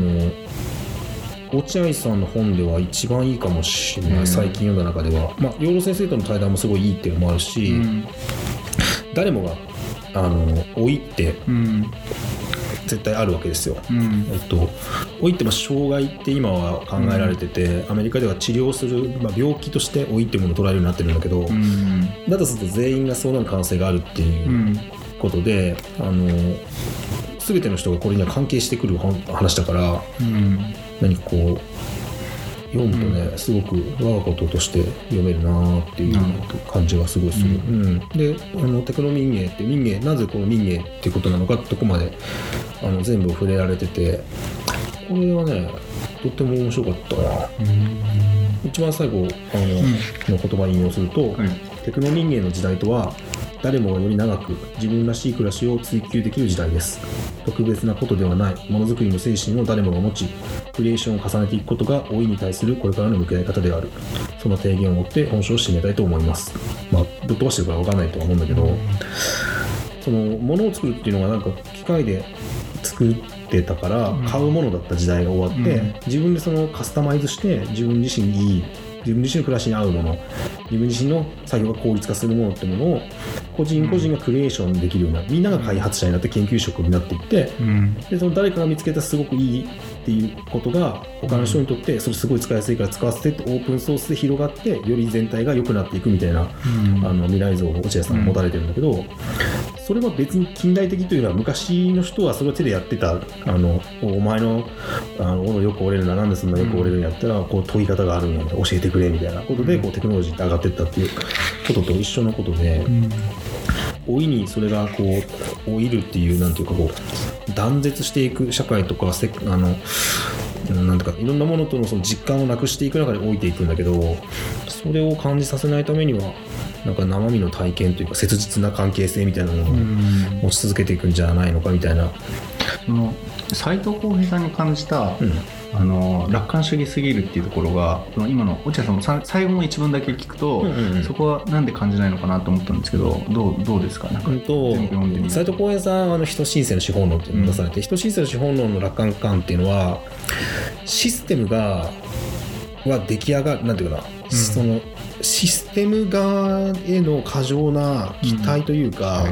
Speaker 2: 落合さんの本では一番いいかもしれない、最近読んだ中では。養老先生との対談もすごいいいっていうのもあるし、誰もが老いって絶対あるわけですよ。老いって障害って今は考えられてて、アメリカでは治療する、病気として老いっていうものを捉えるようになってるんだけど、だとすると全員がそうなる可能性があるっていうことで、全ての人がこれには関係してくる話だから、何かこう読むとね、すごく我がこととして読めるなっていう感じがすごいする。で、テクノ民芸ってなぜこの民芸っていうことなのかってとこまで全部触れられてて、これはねとっても面白かったな。一番最後の言葉に引用すると、テクノ民芸の時代とは誰もがより長く自分らしい暮らしを追求できる時代です。特別なことではないものづくりの精神を誰もが持ち、クリエーションを重ねていくことが老いに対するこれからの向き合い方である。その提言を持って本書を締めたいと思います。ぶっ飛ばしてるから分かんないとは思うんだけど、そのものを作るっていうのがなんか機械で作ってたから買うものだった時代が終わって、自分でそのカスタマイズして自分自身の暮らしに合うもの、自分自身の作業が効率化するものってものを個人個人がクリエーションできるような、みんなが開発者になって研究職になっていって、でその誰かが見つけたすごくいいっていうことが他の人にとってそれすごい使いやすいから使わせてってオープンソースで広がってより全体が良くなっていくみたいな、未来像を落合さんが持たれてるんだけど、それは別に近代的というのは昔の人はそれを手でやってた、お前の斧よく折れるな、なんでそんなよく折れるんやったらこう研ぎ方があるんや、教えてくれみたいなことでこうテクノロジーって上がっていったっていうことと一緒のことで、老いにそれがこう老いるっていうなんていうかこう断絶していく社会とかなんとかいろんなものとのその実感をなくしていく中で老いていくんだけど、それを感じさせないためにはなんか生身の体験というか切実な関係性みたいなものを持ち続けていくんじゃないのかみたいな。
Speaker 1: その斉藤浩平さんに感じた、楽観主義すぎるっていうところが今の落合さんの最後の一文だけ聞くと、そこはなんで感じないのかなと思ったんですけど、どうですか？なんか
Speaker 2: 斉藤浩平さんは人申請の資本論っていうのを出されて、人申請の資本論の楽観感っていうのはシステムは出来上がる、なんていうかな、そのシステム側への過剰な期待というか、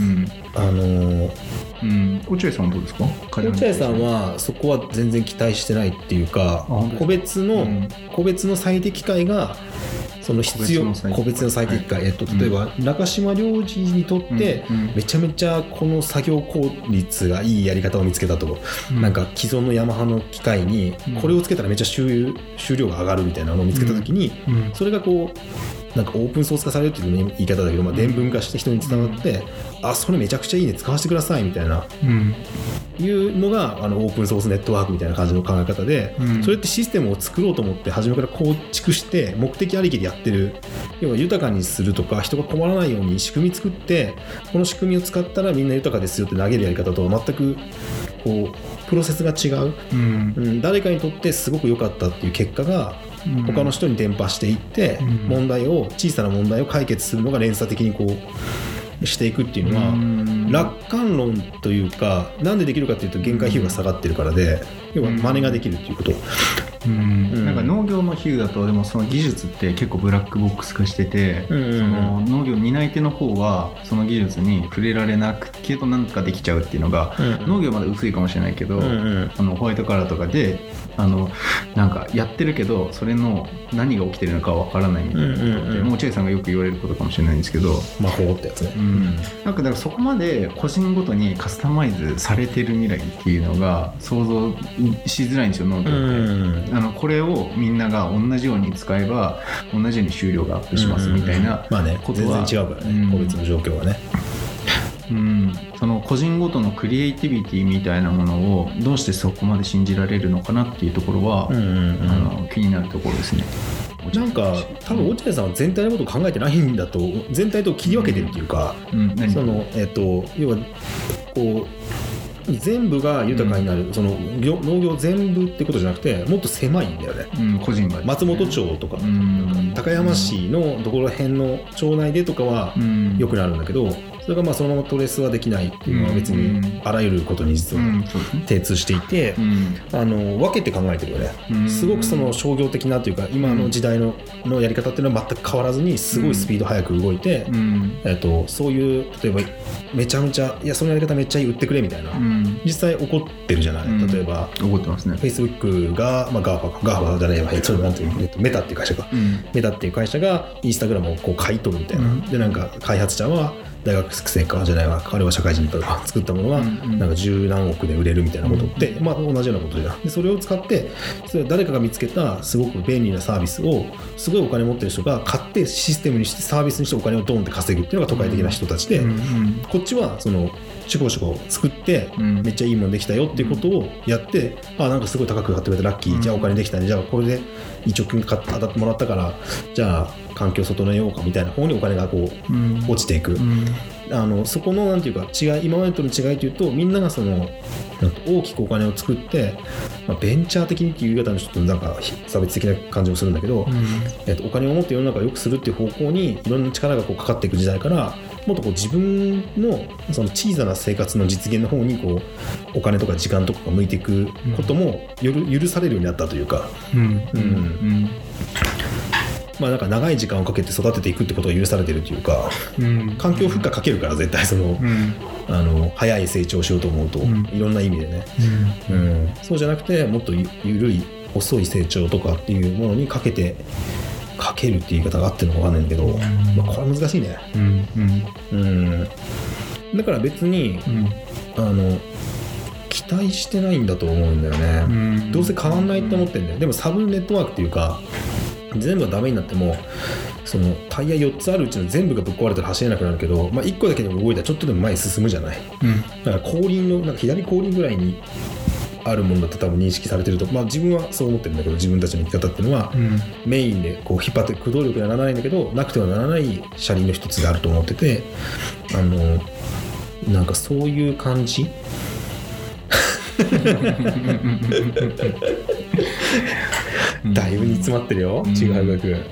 Speaker 1: 落合さんはどうですか？
Speaker 2: 落合さんはそこは全然期待してないっていうか、個別の最適解がその必要、個別の最適解、例えば中島良二にとってめちゃめちゃこの作業効率がいいやり方を見つけたと、なんか既存のヤマハの機械にこれをつけたらめっちゃ収量が上がるみたいなのを見つけたときに、それがこうなんかオープンソース化されるっていう言い方だけど、伝聞化して人に伝わって、それめちゃくちゃいいね、使わせてくださいみたいな、いうのがオープンソースネットワークみたいな感じの考え方で、それってシステムを作ろうと思って初めから構築して目的ありきでやってる、要は豊かにするとか人が困らないように仕組み作って、この仕組みを使ったらみんな豊かですよって投げるやり方とは全くこうプロセスが違う、誰かにとってすごく良かったっていう結果が他の人に伝播していって、小さな問題を解決するのが連鎖的にこうしていくっていうのは、 楽観論というか、なんでできるかというと限界比喩が下がってるからで、要は真似ができるっていうこと。
Speaker 1: なんか農業の比喩だとでもその技術って結構ブラックボックス化してて、その農業担い手の方はその技術に触れられなくけどなんかできちゃうっていうのが、農業まだ薄いかもしれないけど、ホワイトカラーとかでなんかやってるけどそれの何が起きてるのかわからないみたいなことってもうチェイさんがよく言われることかもしれないんですけど、
Speaker 2: 魔法ってやつね。
Speaker 1: なんかだからそこまで個人ごとにカスタマイズされてる未来っていうのが想像しづらいんですよ、農業って。これをみんなが同じように使えば同じように収量がアップしますみたいなことは、
Speaker 2: 全然違うからね、個別の状況がね。
Speaker 1: その個人ごとのクリエイティビティみたいなものをどうしてそこまで信じられるのかなっていうところは、気になるところですね。
Speaker 2: なんか多分落合さんは全体のことを考えてないんだと、全体と切り分けてるっていうか、その要はこう全部が豊かになる、その農業全部ってことじゃなくてもっと狭いんだよね、
Speaker 1: 個人が
Speaker 2: 松本町とか、高山市のどこら辺の町内でとかはよくなるんだけど、それがまあそのままトレースはできないっていうのは別にあらゆることに実は精通していて、分けて考えてるよね。すごくその商業的なというか今の時代のやり方っていうのは全く変わらずにすごいスピード速く動いて、そういう例えばめちゃめちゃいやそのやり方めっちゃいい売ってくれみたいな、実際起こってるじゃない。例えば
Speaker 1: 起こってますね。
Speaker 2: Facebook が、ガーファじゃないわ、それなんていうメタっていう会社か、メタっていう会社がインスタグラムをこう買い取るみたいな、でなんか開発者は大学生かじゃないわ、彼は社会人だから作ったものはなんか十何億で売れるみたいなことって、同じようなことで、それを使ってそれ誰かが見つけたすごく便利なサービスをすごいお金持ってる人が買ってシステムにしてサービスにしてお金をドンって稼ぐっていうのが都会的な人たちで、こっちはそのシュコシュコ作ってめっちゃいいものできたよっていうことをやって、なんかすごい高く買ってくれてラッキー、じゃあお金できたね、じゃあこれで1億円当たってもらったからじゃあ環境を整えようかみたいな方にお金がこう落ちていく、そこのなんていうか違い、今までとの違いというと、みんながその大きくお金を作って、ベンチャー的にっていう言い方のちょっとなんか差別的な感じもするんだけど、お金を持って世の中を良くするっていう方向にいろんな力がこうかかっていく時代から、もっとこう自分のその小さな生活の実現の方にこうお金とか時間とかが向いていくことも許されるようになったというか、なんか長い時間をかけて育てていくってことが許されてるというか、環境負荷かけるから絶対その、早い成長しようと思うと、いろんな意味でね、そうじゃなくてもっと緩い遅い成長とかっていうものにかけるっていう言い方があってるのか分かんないんだけど、これ難しいね。だから別に、期待してないんだと思うんだよね。どうせ変わんないと思ってるんだよ。でもサブネットワークっていうか全部がダメになっても、そのタイヤ4つあるうちの全部がぶっ壊れたら走れなくなるけど、1個だけでも動いたらちょっとでも前に進むじゃない。だから後輪のなんか左後輪ぐらいにあるものだと多分認識されてると、自分はそう思ってるんだけど、自分たちの生き方っていうのは、メインでこう引っ張って駆動力にはならないんだけど、なくてはならない車輪の一つであると思ってて、なんかそういう感じだいぶ煮詰まってるよ、ちぐはぐく。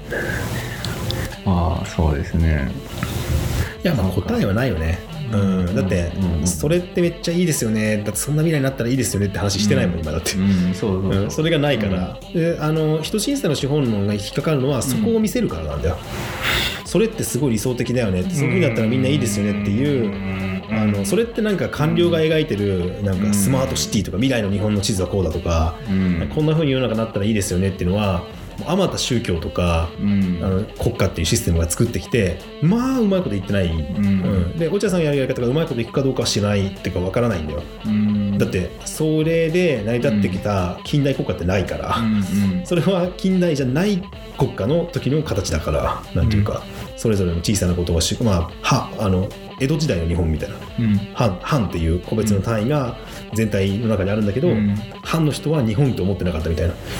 Speaker 1: そうですね。
Speaker 2: いや答えはないよね。だってそれってめっちゃいいですよね、だってそんな未来になったらいいですよねって話してないもん、今だって。それがないから、人審査の資本論が引っかかるのはそこを見せるからなんだよ。それってすごい理想的だよねって、そういう風になったらみんないいですよねっていう、それってなんか官僚が描いてるなんかスマートシティとか未来の日本の地図はこうだとか、こんな風に世の中になったらいいですよねっていうのはあまた宗教とか、国家っていうシステムが作ってきて、うまいこと言ってない、で落合さんのやり方がうまいこといくかどうかは知らないっていうかわからないんだよ。だってそれで成り立ってきた近代国家ってないから、それは近代じゃない国家の時の形だから、なんていうか、それぞれの小さなことが江戸時代の日本みたいな、藩っていう個別の単位が全体の中にあるんだけど、藩の人は日本と思ってなかったみたいな。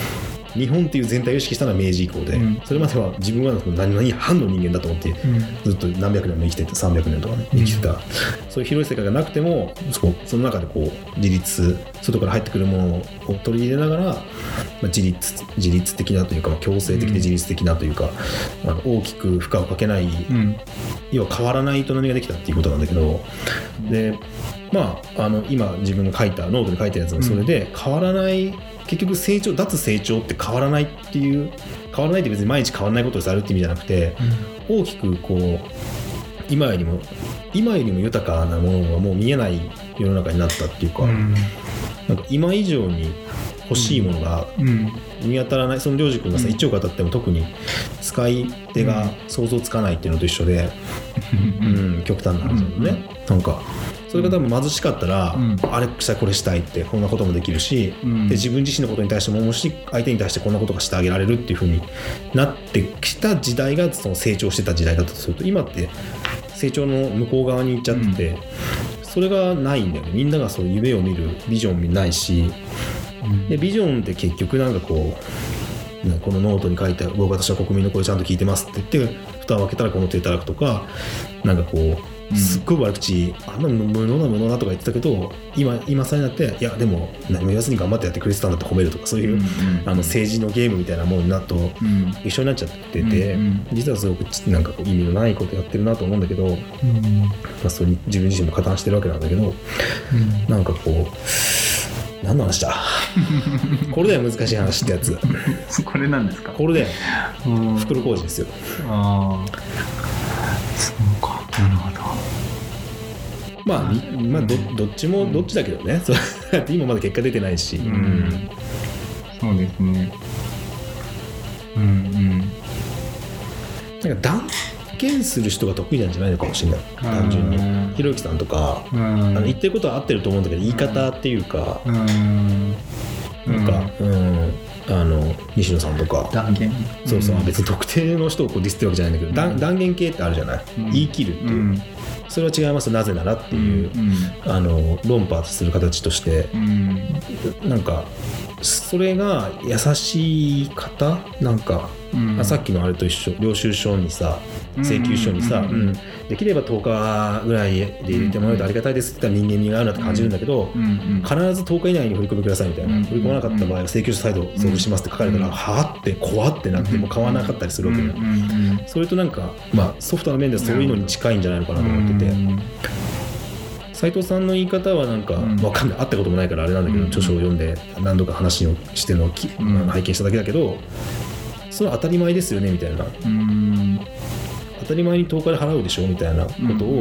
Speaker 2: 日本っていう全体を意識したのは明治以降で、それまでは自分は何々藩の人間だと思って、ずっと何百年も生きてて300年とかね生きてた、そういう広い世界がなくてもその中でこう自立、外から入ってくるものを取り入れながら、自立的なというか強制的で自律的なというか、大きく負荷をかけない、要は変わらない営みができたっていうことなんだけど、で今自分が書いたノートに書いたやつもそれで、変わらない結局脱成長って変わらないって別に毎日変わらないことをされるって意味じゃなくて、大きくこう今よりも豊かなものがもう見えない世の中になったっていうか、なんか今以上に欲しいものが見当たらない。その領事君がさ1億当たっても特に使い手が想像つかないっていうのと一緒で、極端な話だよね。なんかそれが多分貧しかったら、あれしたいこれしたいってこんなこともできるし、で自分自身のことに対しても思うし、相手に対してこんなことがしてあげられるっていう風になってきた時代がその成長してた時代だったとすると、今って成長の向こう側に行っちゃってて、それがないんだよね。みんながそういう夢を見るビジョンもないし、でビジョンって結局なんかこのノートに書いて私は国民の声ちゃんと聞いてますって言って蓋を開けたらこの手いただくとか、なんかこうすっごい悪口、あんな無能なとか言ってたけど、今さになって、いやでも何も言わずに頑張ってやってくれてたんだって褒めるとか、そういう、政治のゲームみたいなものになると一緒になっちゃってて、実はすごくなんかこう意味のないことやってるなと思うんだけど、それに自分自身も加担してるわけなんだけど、なんかこう何の話だこれだよ、難しい話ってやつ
Speaker 1: これなんですか？
Speaker 2: これだよ、袋小路ですよ。
Speaker 1: そうか、なるほど。
Speaker 2: どっちだけどね今まだ結果出てないし、
Speaker 1: そうですね。
Speaker 2: なんか断言する人が得意なんじゃないのかもしれない。単純にひろゆきさんとか言ってることは合ってると思うんだけど、言い方っていうか、なんか西野さんとか
Speaker 1: 断言、
Speaker 2: そう別に特定の人をこうディスってるわけじゃないんだけど、断言系ってあるじゃない、言い切るっていう、それは違います、なぜならっていう、論破する形として、なんかそれが優しい方、なんか、さっきのあれと一緒、領収書にさ、請求書にさ、できれば10日ぐらいで入れてもらうとありがたいですって言ったら人間味があるなって感じるんだけど、必ず10日以内に振り込みくださいみたいな、振り込まなかった場合は請求書再度送付しますって書かれたら、はぁって怖ってなってもう買わなかったりするわけよ。それとなんか、ソフトな面ではそういうのに近いんじゃないのかなと思ってて、斉藤さんの言い方はなんか分かんない、会ったこともないからあれなんだけど、著書を読んで何度か話をしての拝見しただけだけど、それは当たり前ですよねみたいな、当たり前に10日で払うでしょみたいなことを、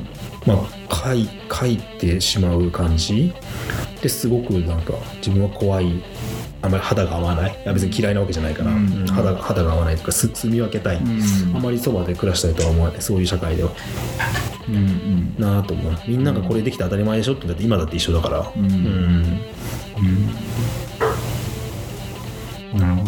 Speaker 2: 書いてしまう感じですごくなんか自分は怖い。あんまり肌が合わない、いや別に嫌いなわけじゃないから、肌が合わないとか住み分けたい、あんまりそばで暮らしたいとは思わない、そういう社会では、なぁと思う。みんながこれできて当たり前でしょって、だって今だって一緒だから、
Speaker 1: なるほど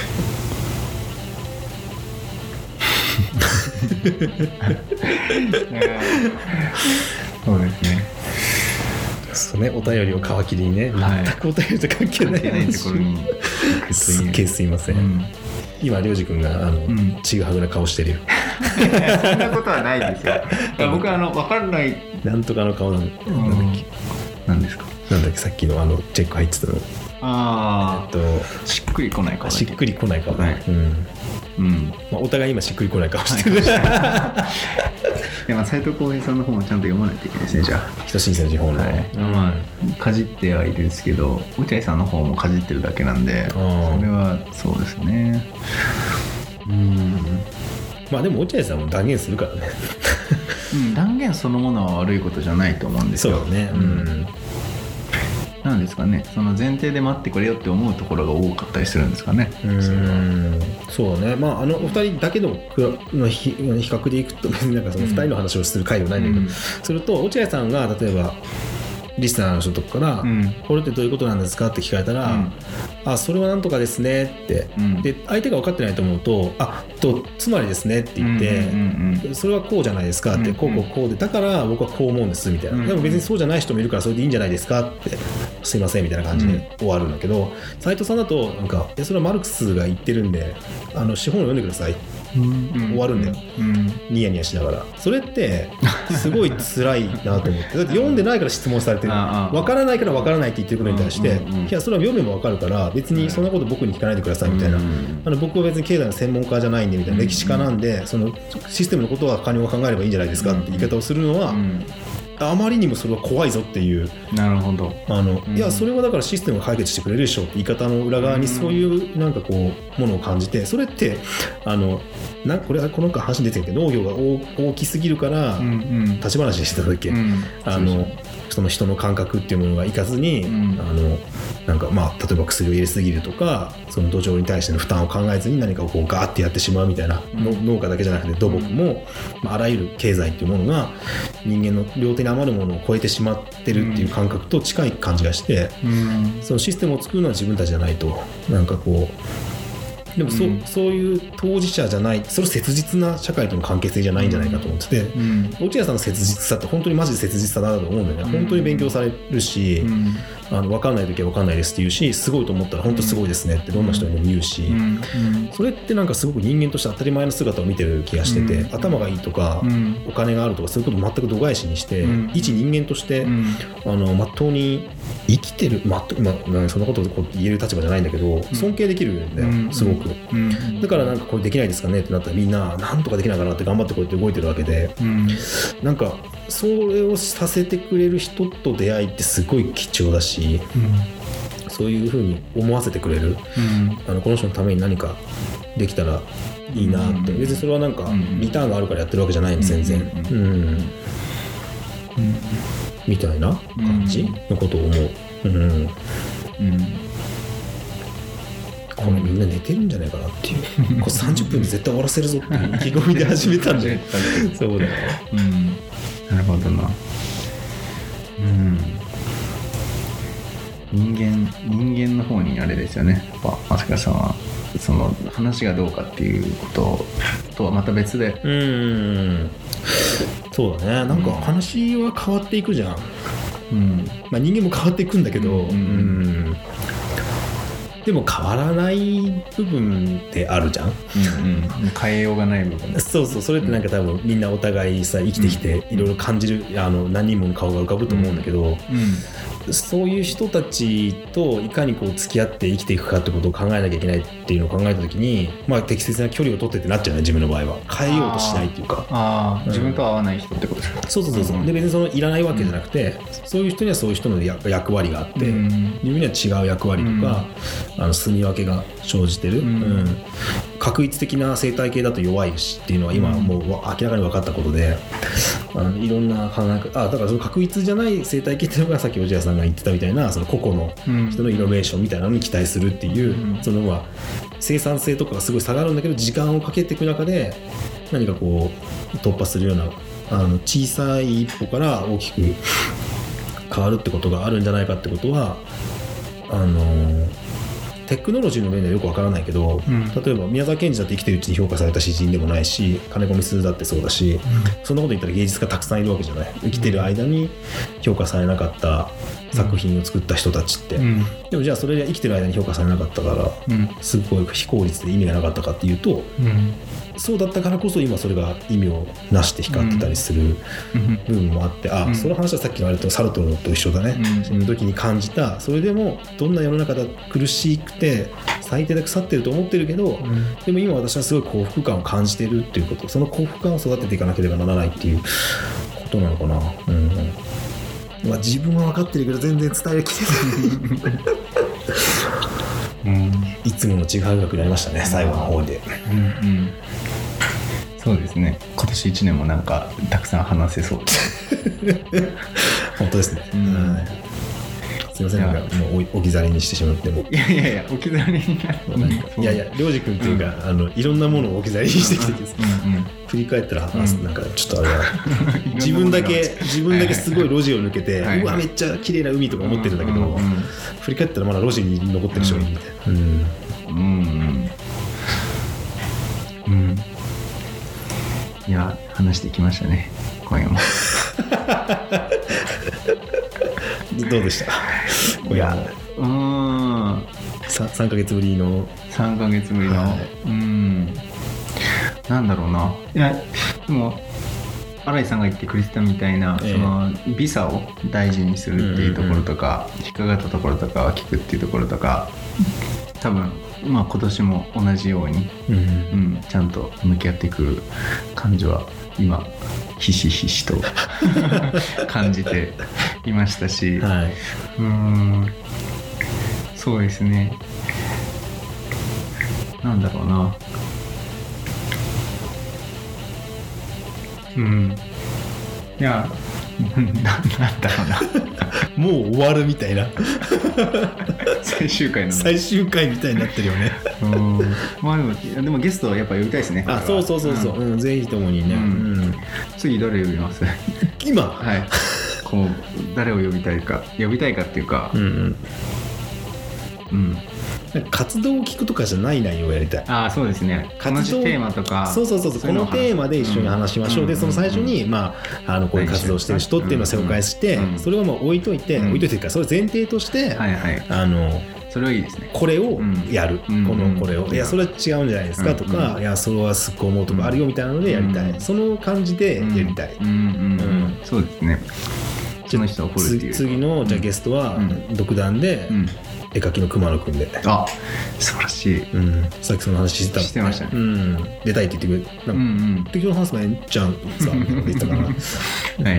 Speaker 1: そうですね。
Speaker 2: そうね、お便りを皮切りにね、全くお便りと関係ない
Speaker 1: ところに
Speaker 2: すっげえすいません、今りょうじくんがちぐはぐな顔してるよ
Speaker 1: そんなことはないですよ僕は分からない
Speaker 2: なんとかの顔なんだっけ、
Speaker 1: 何ですか、
Speaker 2: なんだっけ、さっきのチェック入ってたの、
Speaker 1: しっくりこない顔だけ、
Speaker 2: しっくりこない顔、お互い今しっくりこない顔してる、
Speaker 1: 斉藤浩平さんの本もちゃんと読まないといけないですね。じゃあ
Speaker 2: 人新世の地方の、
Speaker 1: かじってはいるんですけど、落合さんの方もかじってるだけなんで、それはそうですね。
Speaker 2: でも落合さんも断言するからね
Speaker 1: 断言そのものは悪いことじゃないと思うんですよ。
Speaker 2: そうね、
Speaker 1: なんですかね、その前提で待ってくれよって思うところが多かったりするんですかね。
Speaker 2: そうね、お二人だけの比較でいくと別になんかその二人の話をする回ではないんだけど、すると落合さんが例えばリスナーの人とかから、これってどういうことなんですかって聞かれたら、あ、それはなんとかですねって、で相手が分かってないと思うと、つまりですねって言って、それはこうじゃないですかって、こうで、だから僕はこう思うんですみたいな、でも別にそうじゃない人もいるからそれでいいんじゃないですかって、すいませんみたいな感じで終わるんだけど、斉藤さんだとなんか、それはマルクスが言ってるんで資本を読んでください、終わるんだよ、ニヤニヤしながら。それってすごい辛いなと思って、だって読んでないから質問されてる、分からないから分からないって言ってることに対して、いやそれは読めば分かるから別にそんなこと僕に聞かないでくださいみたいな、僕は別に経済の専門家じゃないんでみたいな、歴史家なんでそのシステムのことは他人が考えればいいんじゃないですかって言い方をするのは、あまりにもそれは怖いぞっていう。
Speaker 1: なるほど。
Speaker 2: いやそれはだからシステムが解決してくれるでしょって言い方の裏側にそういうなんかこうものを感じて、それってこれはこの話に出てるけど、農業が大きすぎるから立ち話でしてただっけ、その人の感覚っていうものがいかずに、なんか例えば薬を入れすぎるとか、その土壌に対しての負担を考えずに何かをこうガーってやってしまうみたいな、農家だけじゃなくて土木も、あらゆる経済っていうものが人間の両手に余るものを超えてしまってるっていう感覚と近い感じがして、そのシステムを作るのは自分たちじゃないと、なんかこうでもそういう当事者じゃない、それ切実な社会との関係性じゃないんじゃないかと思ってて、落合さんの切実さって本当にマジで切実さだと思うんだよね。本当に勉強されるし、分かんない時は分かんないですって言うし、すごいと思ったら本当すごいですねってどんな人にも言うし、それってなんかすごく人間として当たり前の姿を見てる気がしてて、頭がいいとかお金があるとかそういうことを全く度外視にして、一人間としてまっとうに生きてる、そんなことを言える立場じゃないんだけど、尊敬できるんだよ、すごく。だからなんかこれできないですかねってなったら、みんななんとかできないかなって頑張ってこうやって動いてるわけで、なんかそれをさせてくれる人と出会いってすごい貴重だし、そういう風に思わせてくれる、この人のために何かできたらいいなって、別にそれはなんかリターンがあるからやってるわけじゃないんで全然、みたいな感じのことを思う。これみんな寝てるんじゃないかなっていうこれ30分で絶対終わらせるぞっていう意気込みで始めたんでそうだよ、
Speaker 1: なるほどな。人間の方にあれですよね、やっぱ朝倉さんはその話がどうかっていうこととはまた別で、
Speaker 2: そうだね、なんか話は変わっていくじゃん、人間も変わっていくんだけど、でも変わらない部分ってあるじゃん、
Speaker 1: 変えようがない部分。
Speaker 2: そうそれってなんか多分みんなお互いさ生きてきていろいろ感じる、何人もの顔が浮かぶと思うんだけど、そういう人たちといかにこう付き合って生きていくかってことを考えなきゃいけないっていうのを考えたときに、適切な距離を取ってってなっちゃうね、自分の場合は。変えようとしないっていうか、
Speaker 1: 自分と合わない人ってことですか。
Speaker 2: そう、で別にそのいらないわけじゃなくて、そういう人にはそういう人の役割があって、自分には違う役割とか、住み分けが生じてる、確一的な生態系だと弱いしっていうのは今もう明らかに分かったことで、いろんな考え方、だからその確一じゃない生態系っていうのがさっき落合さんが言ってたみたいな、その個々の人のイノベーションみたいなのに期待するっていう、その生産性とかがすごい下がるんだけど、時間をかけていく中で何かこう突破するような小さい一歩から大きく変わるってことがあるんじゃないかってことは、テクノロジーの面ではよくわからないけど、例えば宮沢賢治だって生きてるうちに評価された詩人でもないし、金子みすゞだってそうだし、そんなこと言ったら芸術家たくさんいるわけじゃない。生きてる間に評価されなかった作品を作った人たちって、でもじゃあそれで生きてる間に評価されなかったから、すごい非効率で意味がなかったかっていうと、そうだったからこそ今それが意味をなして光ってたりする部分もあって、その話はさっきのあれとサルトルと一緒だね、その時に感じた、それでもどんな世の中だ苦しくて最低で腐ってると思ってるけど、でも今私はすごい幸福感を感じてるっていうこと、その幸福感を育てていかなければならないっていうことなのかな。自分は分かってるけど全然伝えきれないいつものちぐはぐ学になりましたね、最後の方で。
Speaker 1: そうですね、今年1年もなんかたくさん話せそうです
Speaker 2: 本当ですね、 すいません、なんかもう置き去りにしてしまっても。
Speaker 1: いや置き去りになって
Speaker 2: いやりょうじくんっていうか、いろんなものを置き去りにしてきてです、振り返ったら、なんかちょっとあれだ自分だけすごい路地を抜けて、うわめっちゃ綺麗な海とか思ってるんだけど、振り返ったらまだ路地に残ってる人がいるみたいな。
Speaker 1: いや話してきましたね今夜も。
Speaker 2: どうでした？いや3ヶ月ぶりの
Speaker 1: なんだろうな。いやでも新井さんが言ってくれてたみたいな、そのビザを大事にするっていうところとか、引っかかったところとかは聞くっていうところとか、多分今年も同じように、ちゃんと向き合っていく感じは今ひしひしと感じていましたし、そうですね、なんだろうな、いやなんだろうな
Speaker 2: もう終わるみたいな
Speaker 1: 最終回
Speaker 2: みたいになってるよね。
Speaker 1: まあでもゲストはやっぱ呼びたいですね。
Speaker 2: そう、ぜひともにね。
Speaker 1: 次誰呼びます？
Speaker 2: 今
Speaker 1: はいこう誰を呼びたいかっていうか、
Speaker 2: 活動を聞くとかじゃない内容をやりたい。
Speaker 1: そうですね。同じテーマとか、
Speaker 2: そうこのテーマで一緒に話しましょう。でその最初にこういう活動してる人っていうのを紹介して、それはもう置いといてというか、それ前提として
Speaker 1: それはいいですね。
Speaker 2: これをやる、これをいやそれは違うんじゃないですかとか、いやそれはすっごい思うとかあるよみたいなのでやりたい、その感じでやりたい。
Speaker 1: そうですね。その人を掘るっていう。
Speaker 2: 次のじゃあゲストは独断で絵描きの熊野くんで、
Speaker 1: 素晴らしい。
Speaker 2: さっきその話
Speaker 1: してましたね。
Speaker 2: 出たいって言ってくれて、適当話す前にじゃんさ言ったから
Speaker 1: はい。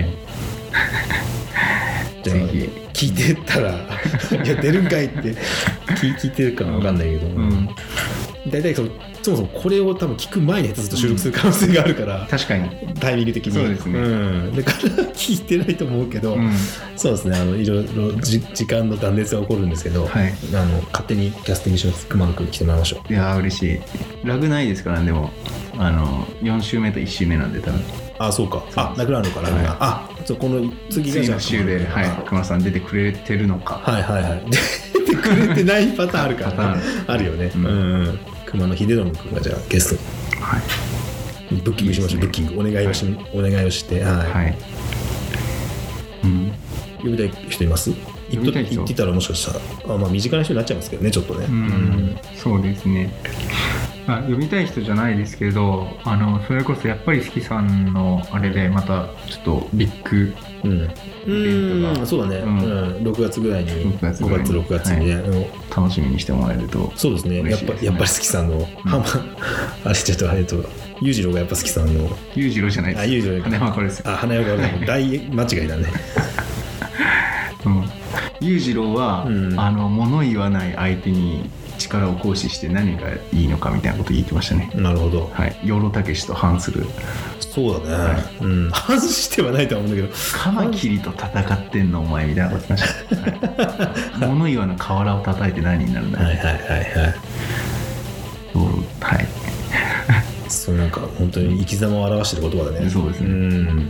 Speaker 2: じゃあ聞いてったらいや出るんかいって聞いてるか分かんないけど、大体そもそもこれを多分聞く前にずっと収録する可能性があるから、
Speaker 1: 確かに
Speaker 2: タイミング的に
Speaker 1: そうですね、
Speaker 2: だから聞いてないと思うけど、そうですね、いろいろ時間の断絶が起こるんですけど、勝手にキャスティングします熊野くん来てもらいましょう。
Speaker 1: いや嬉しい。ラグないですからね。でも4週目と1週目なんで多分。
Speaker 2: そうか。なくなるのかな。この次
Speaker 1: の週で熊野さん出てくれてるのか。
Speaker 2: 出てくれてないパターンあるからあるよね。熊野秀信君がじゃあゲストにブッキングしましょう。ブッキングお願いをして、呼びたい人います？言ってたらもしかしたら身近な人になっちゃいますけどね、ちょっとね。
Speaker 1: そうですね。呼びたい人じゃないですけど、それこそやっぱり好きさんのあれでまたちょっとビッグイベントが、
Speaker 2: そうだね、6月ぐらいに5月6月にね、
Speaker 1: 楽しみにしてもらえると。
Speaker 2: そうですね。やっぱり好きさんのあれちょっと裕次郎がやっぱ好きさんの
Speaker 1: 裕次郎じゃないです。
Speaker 2: 裕次郎
Speaker 1: 花山これですよ。
Speaker 2: 花山これ大間違いだね。
Speaker 1: 裕次郎は物言わない相手に力を行使して何がいいのかみたいなこと言ってましたね。
Speaker 2: なるほど。
Speaker 1: 養老孟司と反する。
Speaker 2: そうだね。反してはないとは思うんだけど、
Speaker 1: カマキリと戦ってんのお前みたいなこと言ってました。物言わぬ瓦を叩いて何になるんだ。
Speaker 2: そうなんか本当に生き様を表してる言葉だね。
Speaker 1: そうですね。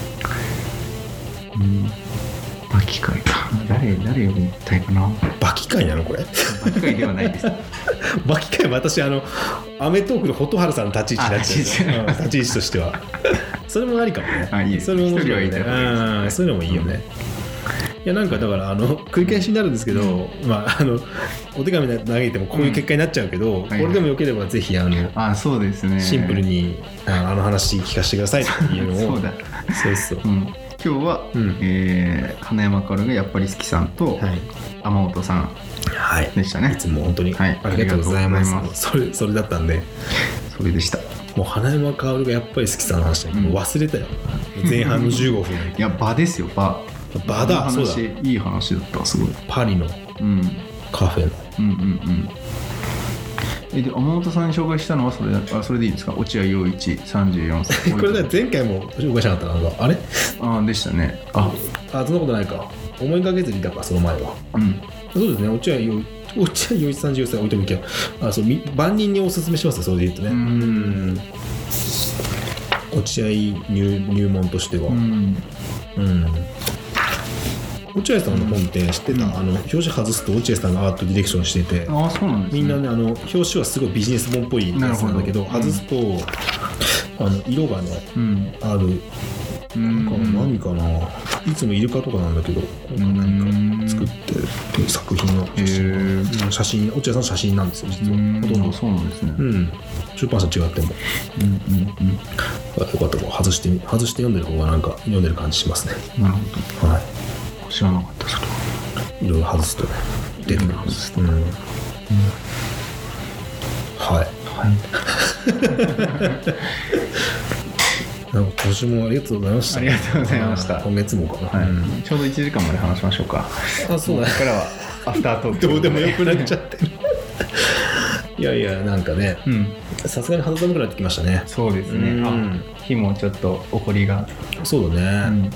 Speaker 1: バキ会か。誰呼びたいかな。
Speaker 2: バキ会なのこれ？
Speaker 1: バキ会ではないです。
Speaker 2: バキ会は私アメトークの蛍原さんの立ち位置になっちゃう。立ち位置としては。それもありかもね。
Speaker 1: いいです。
Speaker 2: それも面白いね。そういうのもいいよね。いやなんかだから繰り返しになるんですけど、お手紙投げてもこういう結果になっちゃうけど、これでもよければぜひ
Speaker 1: そうですね。
Speaker 2: シンプルに話聞かせてくださいっていうのを。そうだ。そう。
Speaker 1: 今日は、花山薫がやっぱり好きさんと天本さんでしたね。
Speaker 2: いつも本当にありがとうございます。それだったんで。
Speaker 1: それでした。
Speaker 2: もう花山薫がやっぱり好きさんの話だけど忘れたよ。前半の15分。
Speaker 1: いや場ですよ場だ。そうだ。いい話だったすごい。
Speaker 2: パリのカフェの。
Speaker 1: で天本さんに紹介したのはそれでいいですか？落合陽一34歳。
Speaker 2: これ前回も紹介しなかったのあれ？
Speaker 1: でしたね。
Speaker 2: そんなことないか。思いがけずにいたか、その前は。そうですね、落合陽一さん14歳置いてもいいけど、そう万人におすすめしますね、それで言うとね。落合入門としては。落合さんの本って知ってた？表紙外すと落合さんがアートディレクションしてて、
Speaker 1: そうなんですね。
Speaker 2: みんなね、表紙はすごいビジネス本っぽいやつなんだけど、外すと色がね、ある。何かな、いつもイルカとかなんだけど、何か作ってる作品の写真、落合さんの写真なんですよ、実は。ほとんど
Speaker 1: そうなんですね。
Speaker 2: 出版社違っても。よかったら外して読んでる方がなんか読んでる感じしますね。
Speaker 1: なるほど。
Speaker 2: はい。
Speaker 1: 知らなかったそれ。
Speaker 2: いろいろ外すとね、出てくる。はい。今年もありがとうございました。
Speaker 1: ありがとうございました。
Speaker 2: 今月もかな。
Speaker 1: ちょうど1時間まで話しましょうか。
Speaker 2: そうだね。
Speaker 1: ここからはアフタートーク。
Speaker 2: どうでもよくなっちゃってる。いやいや、なんかね、さすがに肌寒くなってきましたね。
Speaker 1: そうですね。日もちょっと起こりが。
Speaker 2: そうだね。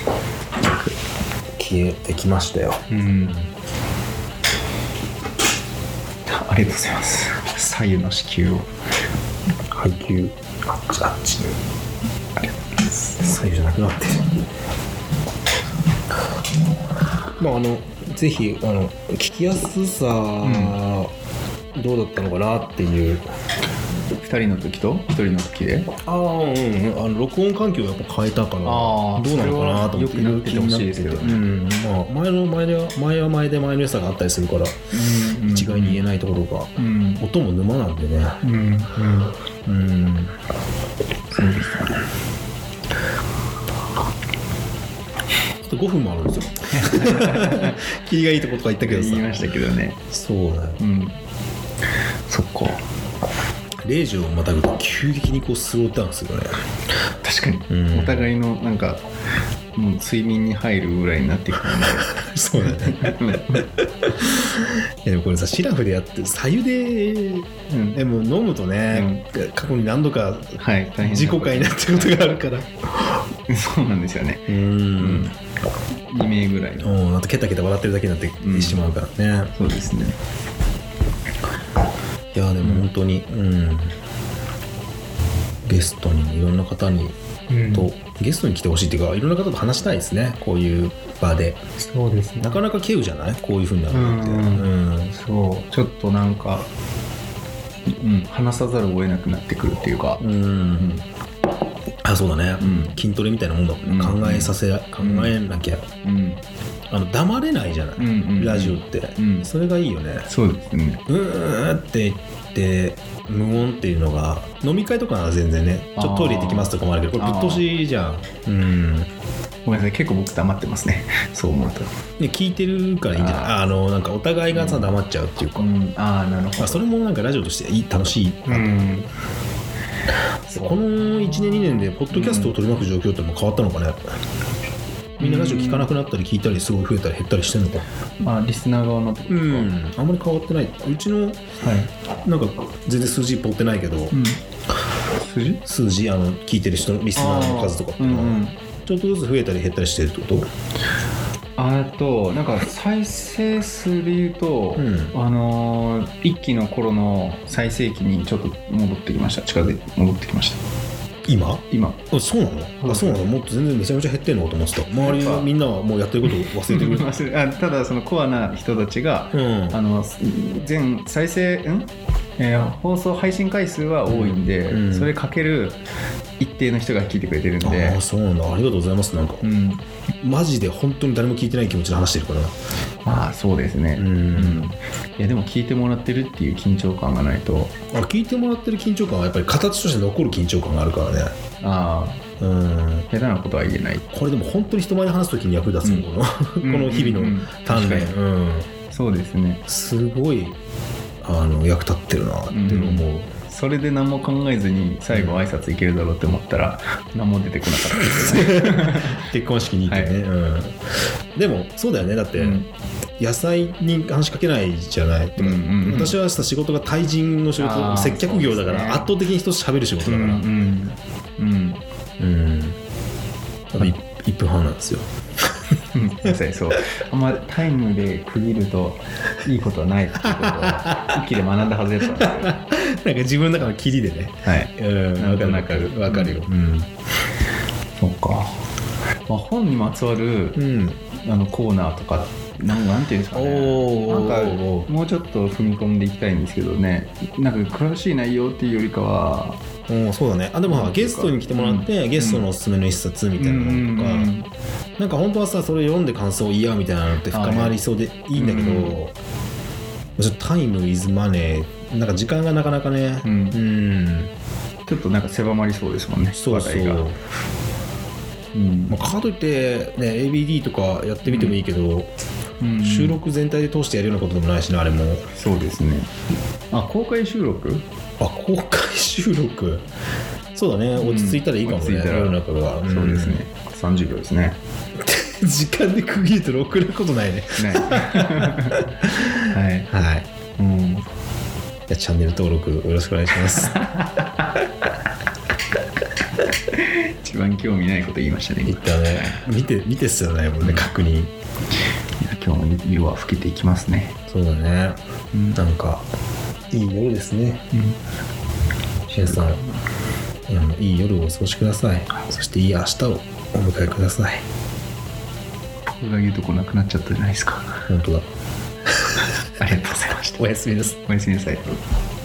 Speaker 2: 消えてきましたよ。
Speaker 1: ありがとうございます。左右の子宮を
Speaker 2: 配給あっち
Speaker 1: ありがとうございます。
Speaker 2: 左右じゃなくなってる。ぜひ聞きやすさ、どうだったのかなっていう。
Speaker 1: 2人の時と1人の時で
Speaker 2: 録音環境をやっぱ変えたからどうなのかなと思って
Speaker 1: よくなっててほしいですけど、
Speaker 2: 前は前で前の良さがあったりするから、一概に言えないところが、音も沼なんでね。
Speaker 1: そうですかね。
Speaker 2: あと5分もあるんですよ。キリがいいとことか言ったけどさ。
Speaker 1: 言いましたけどね。
Speaker 2: そうだよ。
Speaker 1: そっか。
Speaker 2: 0時をまたぐと急激にこうスローダウンするよね。
Speaker 1: 確かに、お互いのなんかもう睡眠に入るぐらいになってきたんで
Speaker 2: そうだね。でもこれさ、シラフでやって左右で、でも飲むとね、過去に何度か事故回になったことがあるから、
Speaker 1: そうなんですよね。2名ぐらい
Speaker 2: あとケタケタ笑ってるだけになってしまうからね。
Speaker 1: そうですね。
Speaker 2: いやでも本当に、ゲストにいろんな方にゲストに来てほしいっていうか、いろんな方と話したいですね、こういう場で。
Speaker 1: そうですね。
Speaker 2: なかなか稀有じゃない、こういう風になるのって。
Speaker 1: そうちょっとなんか、話さざるを得なくなってくるっていうか。
Speaker 2: そうだね、筋トレみたいなもんだもんね。考えなきゃ、黙れないじゃない、ラジオって、それがいいよね。
Speaker 1: そうですね。
Speaker 2: って言って無音っていうのが、飲み会とかは全然ね、ちょっとトイレ行ってきますとかもあるけど、これぶっ通しじゃん。
Speaker 1: ごめんなさい、結構僕黙ってますね、そう思うと。
Speaker 2: 聞いてるからいいんじゃない？なんかお互いがさ、黙っちゃうっていうか、
Speaker 1: なるほど。
Speaker 2: それもなんかラジオとして楽しいなと。この1年2年でポッドキャストを取り巻く状況っても変わったのかね。みんなラジオ聞かなくなったり聞いたりすごい増えたり減ったりしてるのか。
Speaker 1: リスナー側のってことですか？
Speaker 2: あんまり変わってない。うちの、なんか全然数字追ってないけど、数字聞いてる人のリスナーの数とかっていうのはちょっとずつ増えたり減ったりしてるってこと？
Speaker 1: なんか再生数で言うと、一期の頃の最盛期にちょっと戻ってきました。近づいて戻ってきました。
Speaker 2: 今そうなの？そうなの？もっと全然めちゃめちゃ減ってんのかと思ってた。周りのみんなはもうやってることを忘れてる。
Speaker 1: ただそのコアな人たちが、全再生放送配信回数は多いんで、それかける一定の人が聞いてくれてるんで。
Speaker 2: そうなんだ。ありがとうございます。なんか、マジで本当に誰も聞いてない気持ちで話してるから。
Speaker 1: そうですね。いやでも聞いてもらってるっていう緊張感がないと。
Speaker 2: 聞いてもらってる緊張感はやっぱり形として残る緊張感があるからね。
Speaker 1: 下手なことは言えない。
Speaker 2: これでも本当に人前で話すときに役立つもの、この日々の鍛錬。
Speaker 1: そうですね。
Speaker 2: すごい役立ってるなって思う。
Speaker 1: それで何も考えずに最後挨拶いけるだろうって思ったら何も出てこなかったですね。
Speaker 2: 結婚式に行ってね、でもそうだよね。だって、野菜に話しかけないじゃない、私は仕事が対人の仕事、接客業だから、圧倒的に人と喋る仕事だから、1分半なんですよ。
Speaker 1: まさにそう。あんまタイムで区切るといいことはないっていうことを一気で学んだはずだったんですよ。
Speaker 2: なんか自分の中の切りでね。
Speaker 1: はい。
Speaker 2: わかるよ。
Speaker 1: そっか。まあ、本にまつわる、コーナーとかなんていうんですかね、なんかもうちょっと踏み込んでいきたいんですけどね、なんか詳しい内容っていうよりかは、
Speaker 2: そうだね。でもゲストに来てもらって、ゲストのおすすめの一冊みたいなのとか、なんか本当はさ、それ読んで感想を言い合うみたいなのって深まりそうでいいんだけど、ちょっとタイムイズマネー、なんか時間がなかなかね、
Speaker 1: ちょっとなんか狭まりそうですもんね、
Speaker 2: そうそう。かといって、ね、ABD とかやってみてもいいけど、収録全体で通してやるようなことでもないしね、あれも。
Speaker 1: そうですね。公開収録？
Speaker 2: 公開収録。そうだね、落ち着いたらいいかもね、世の中が。
Speaker 1: そうですね。30秒ですね。
Speaker 2: 時間で区切るとろくなことないね。
Speaker 1: ない。はい。
Speaker 2: はい。じゃあチャンネル登録よろしくお願いします。
Speaker 1: 一番興味ないこと言いましたね。
Speaker 2: 言ったね。見てすらないもんね、確認。
Speaker 1: 今日も夜は更けていきますね。
Speaker 2: そうだね。なんかいい夜ですね。皆さん、いい夜をお過ごしください。そしていい明日をお迎えください。
Speaker 1: 僕が言うとこなくなっちゃったじゃないですか。
Speaker 2: 本当だ。
Speaker 1: ありがとうございました。
Speaker 2: おやすみです。
Speaker 1: おやすみなさい。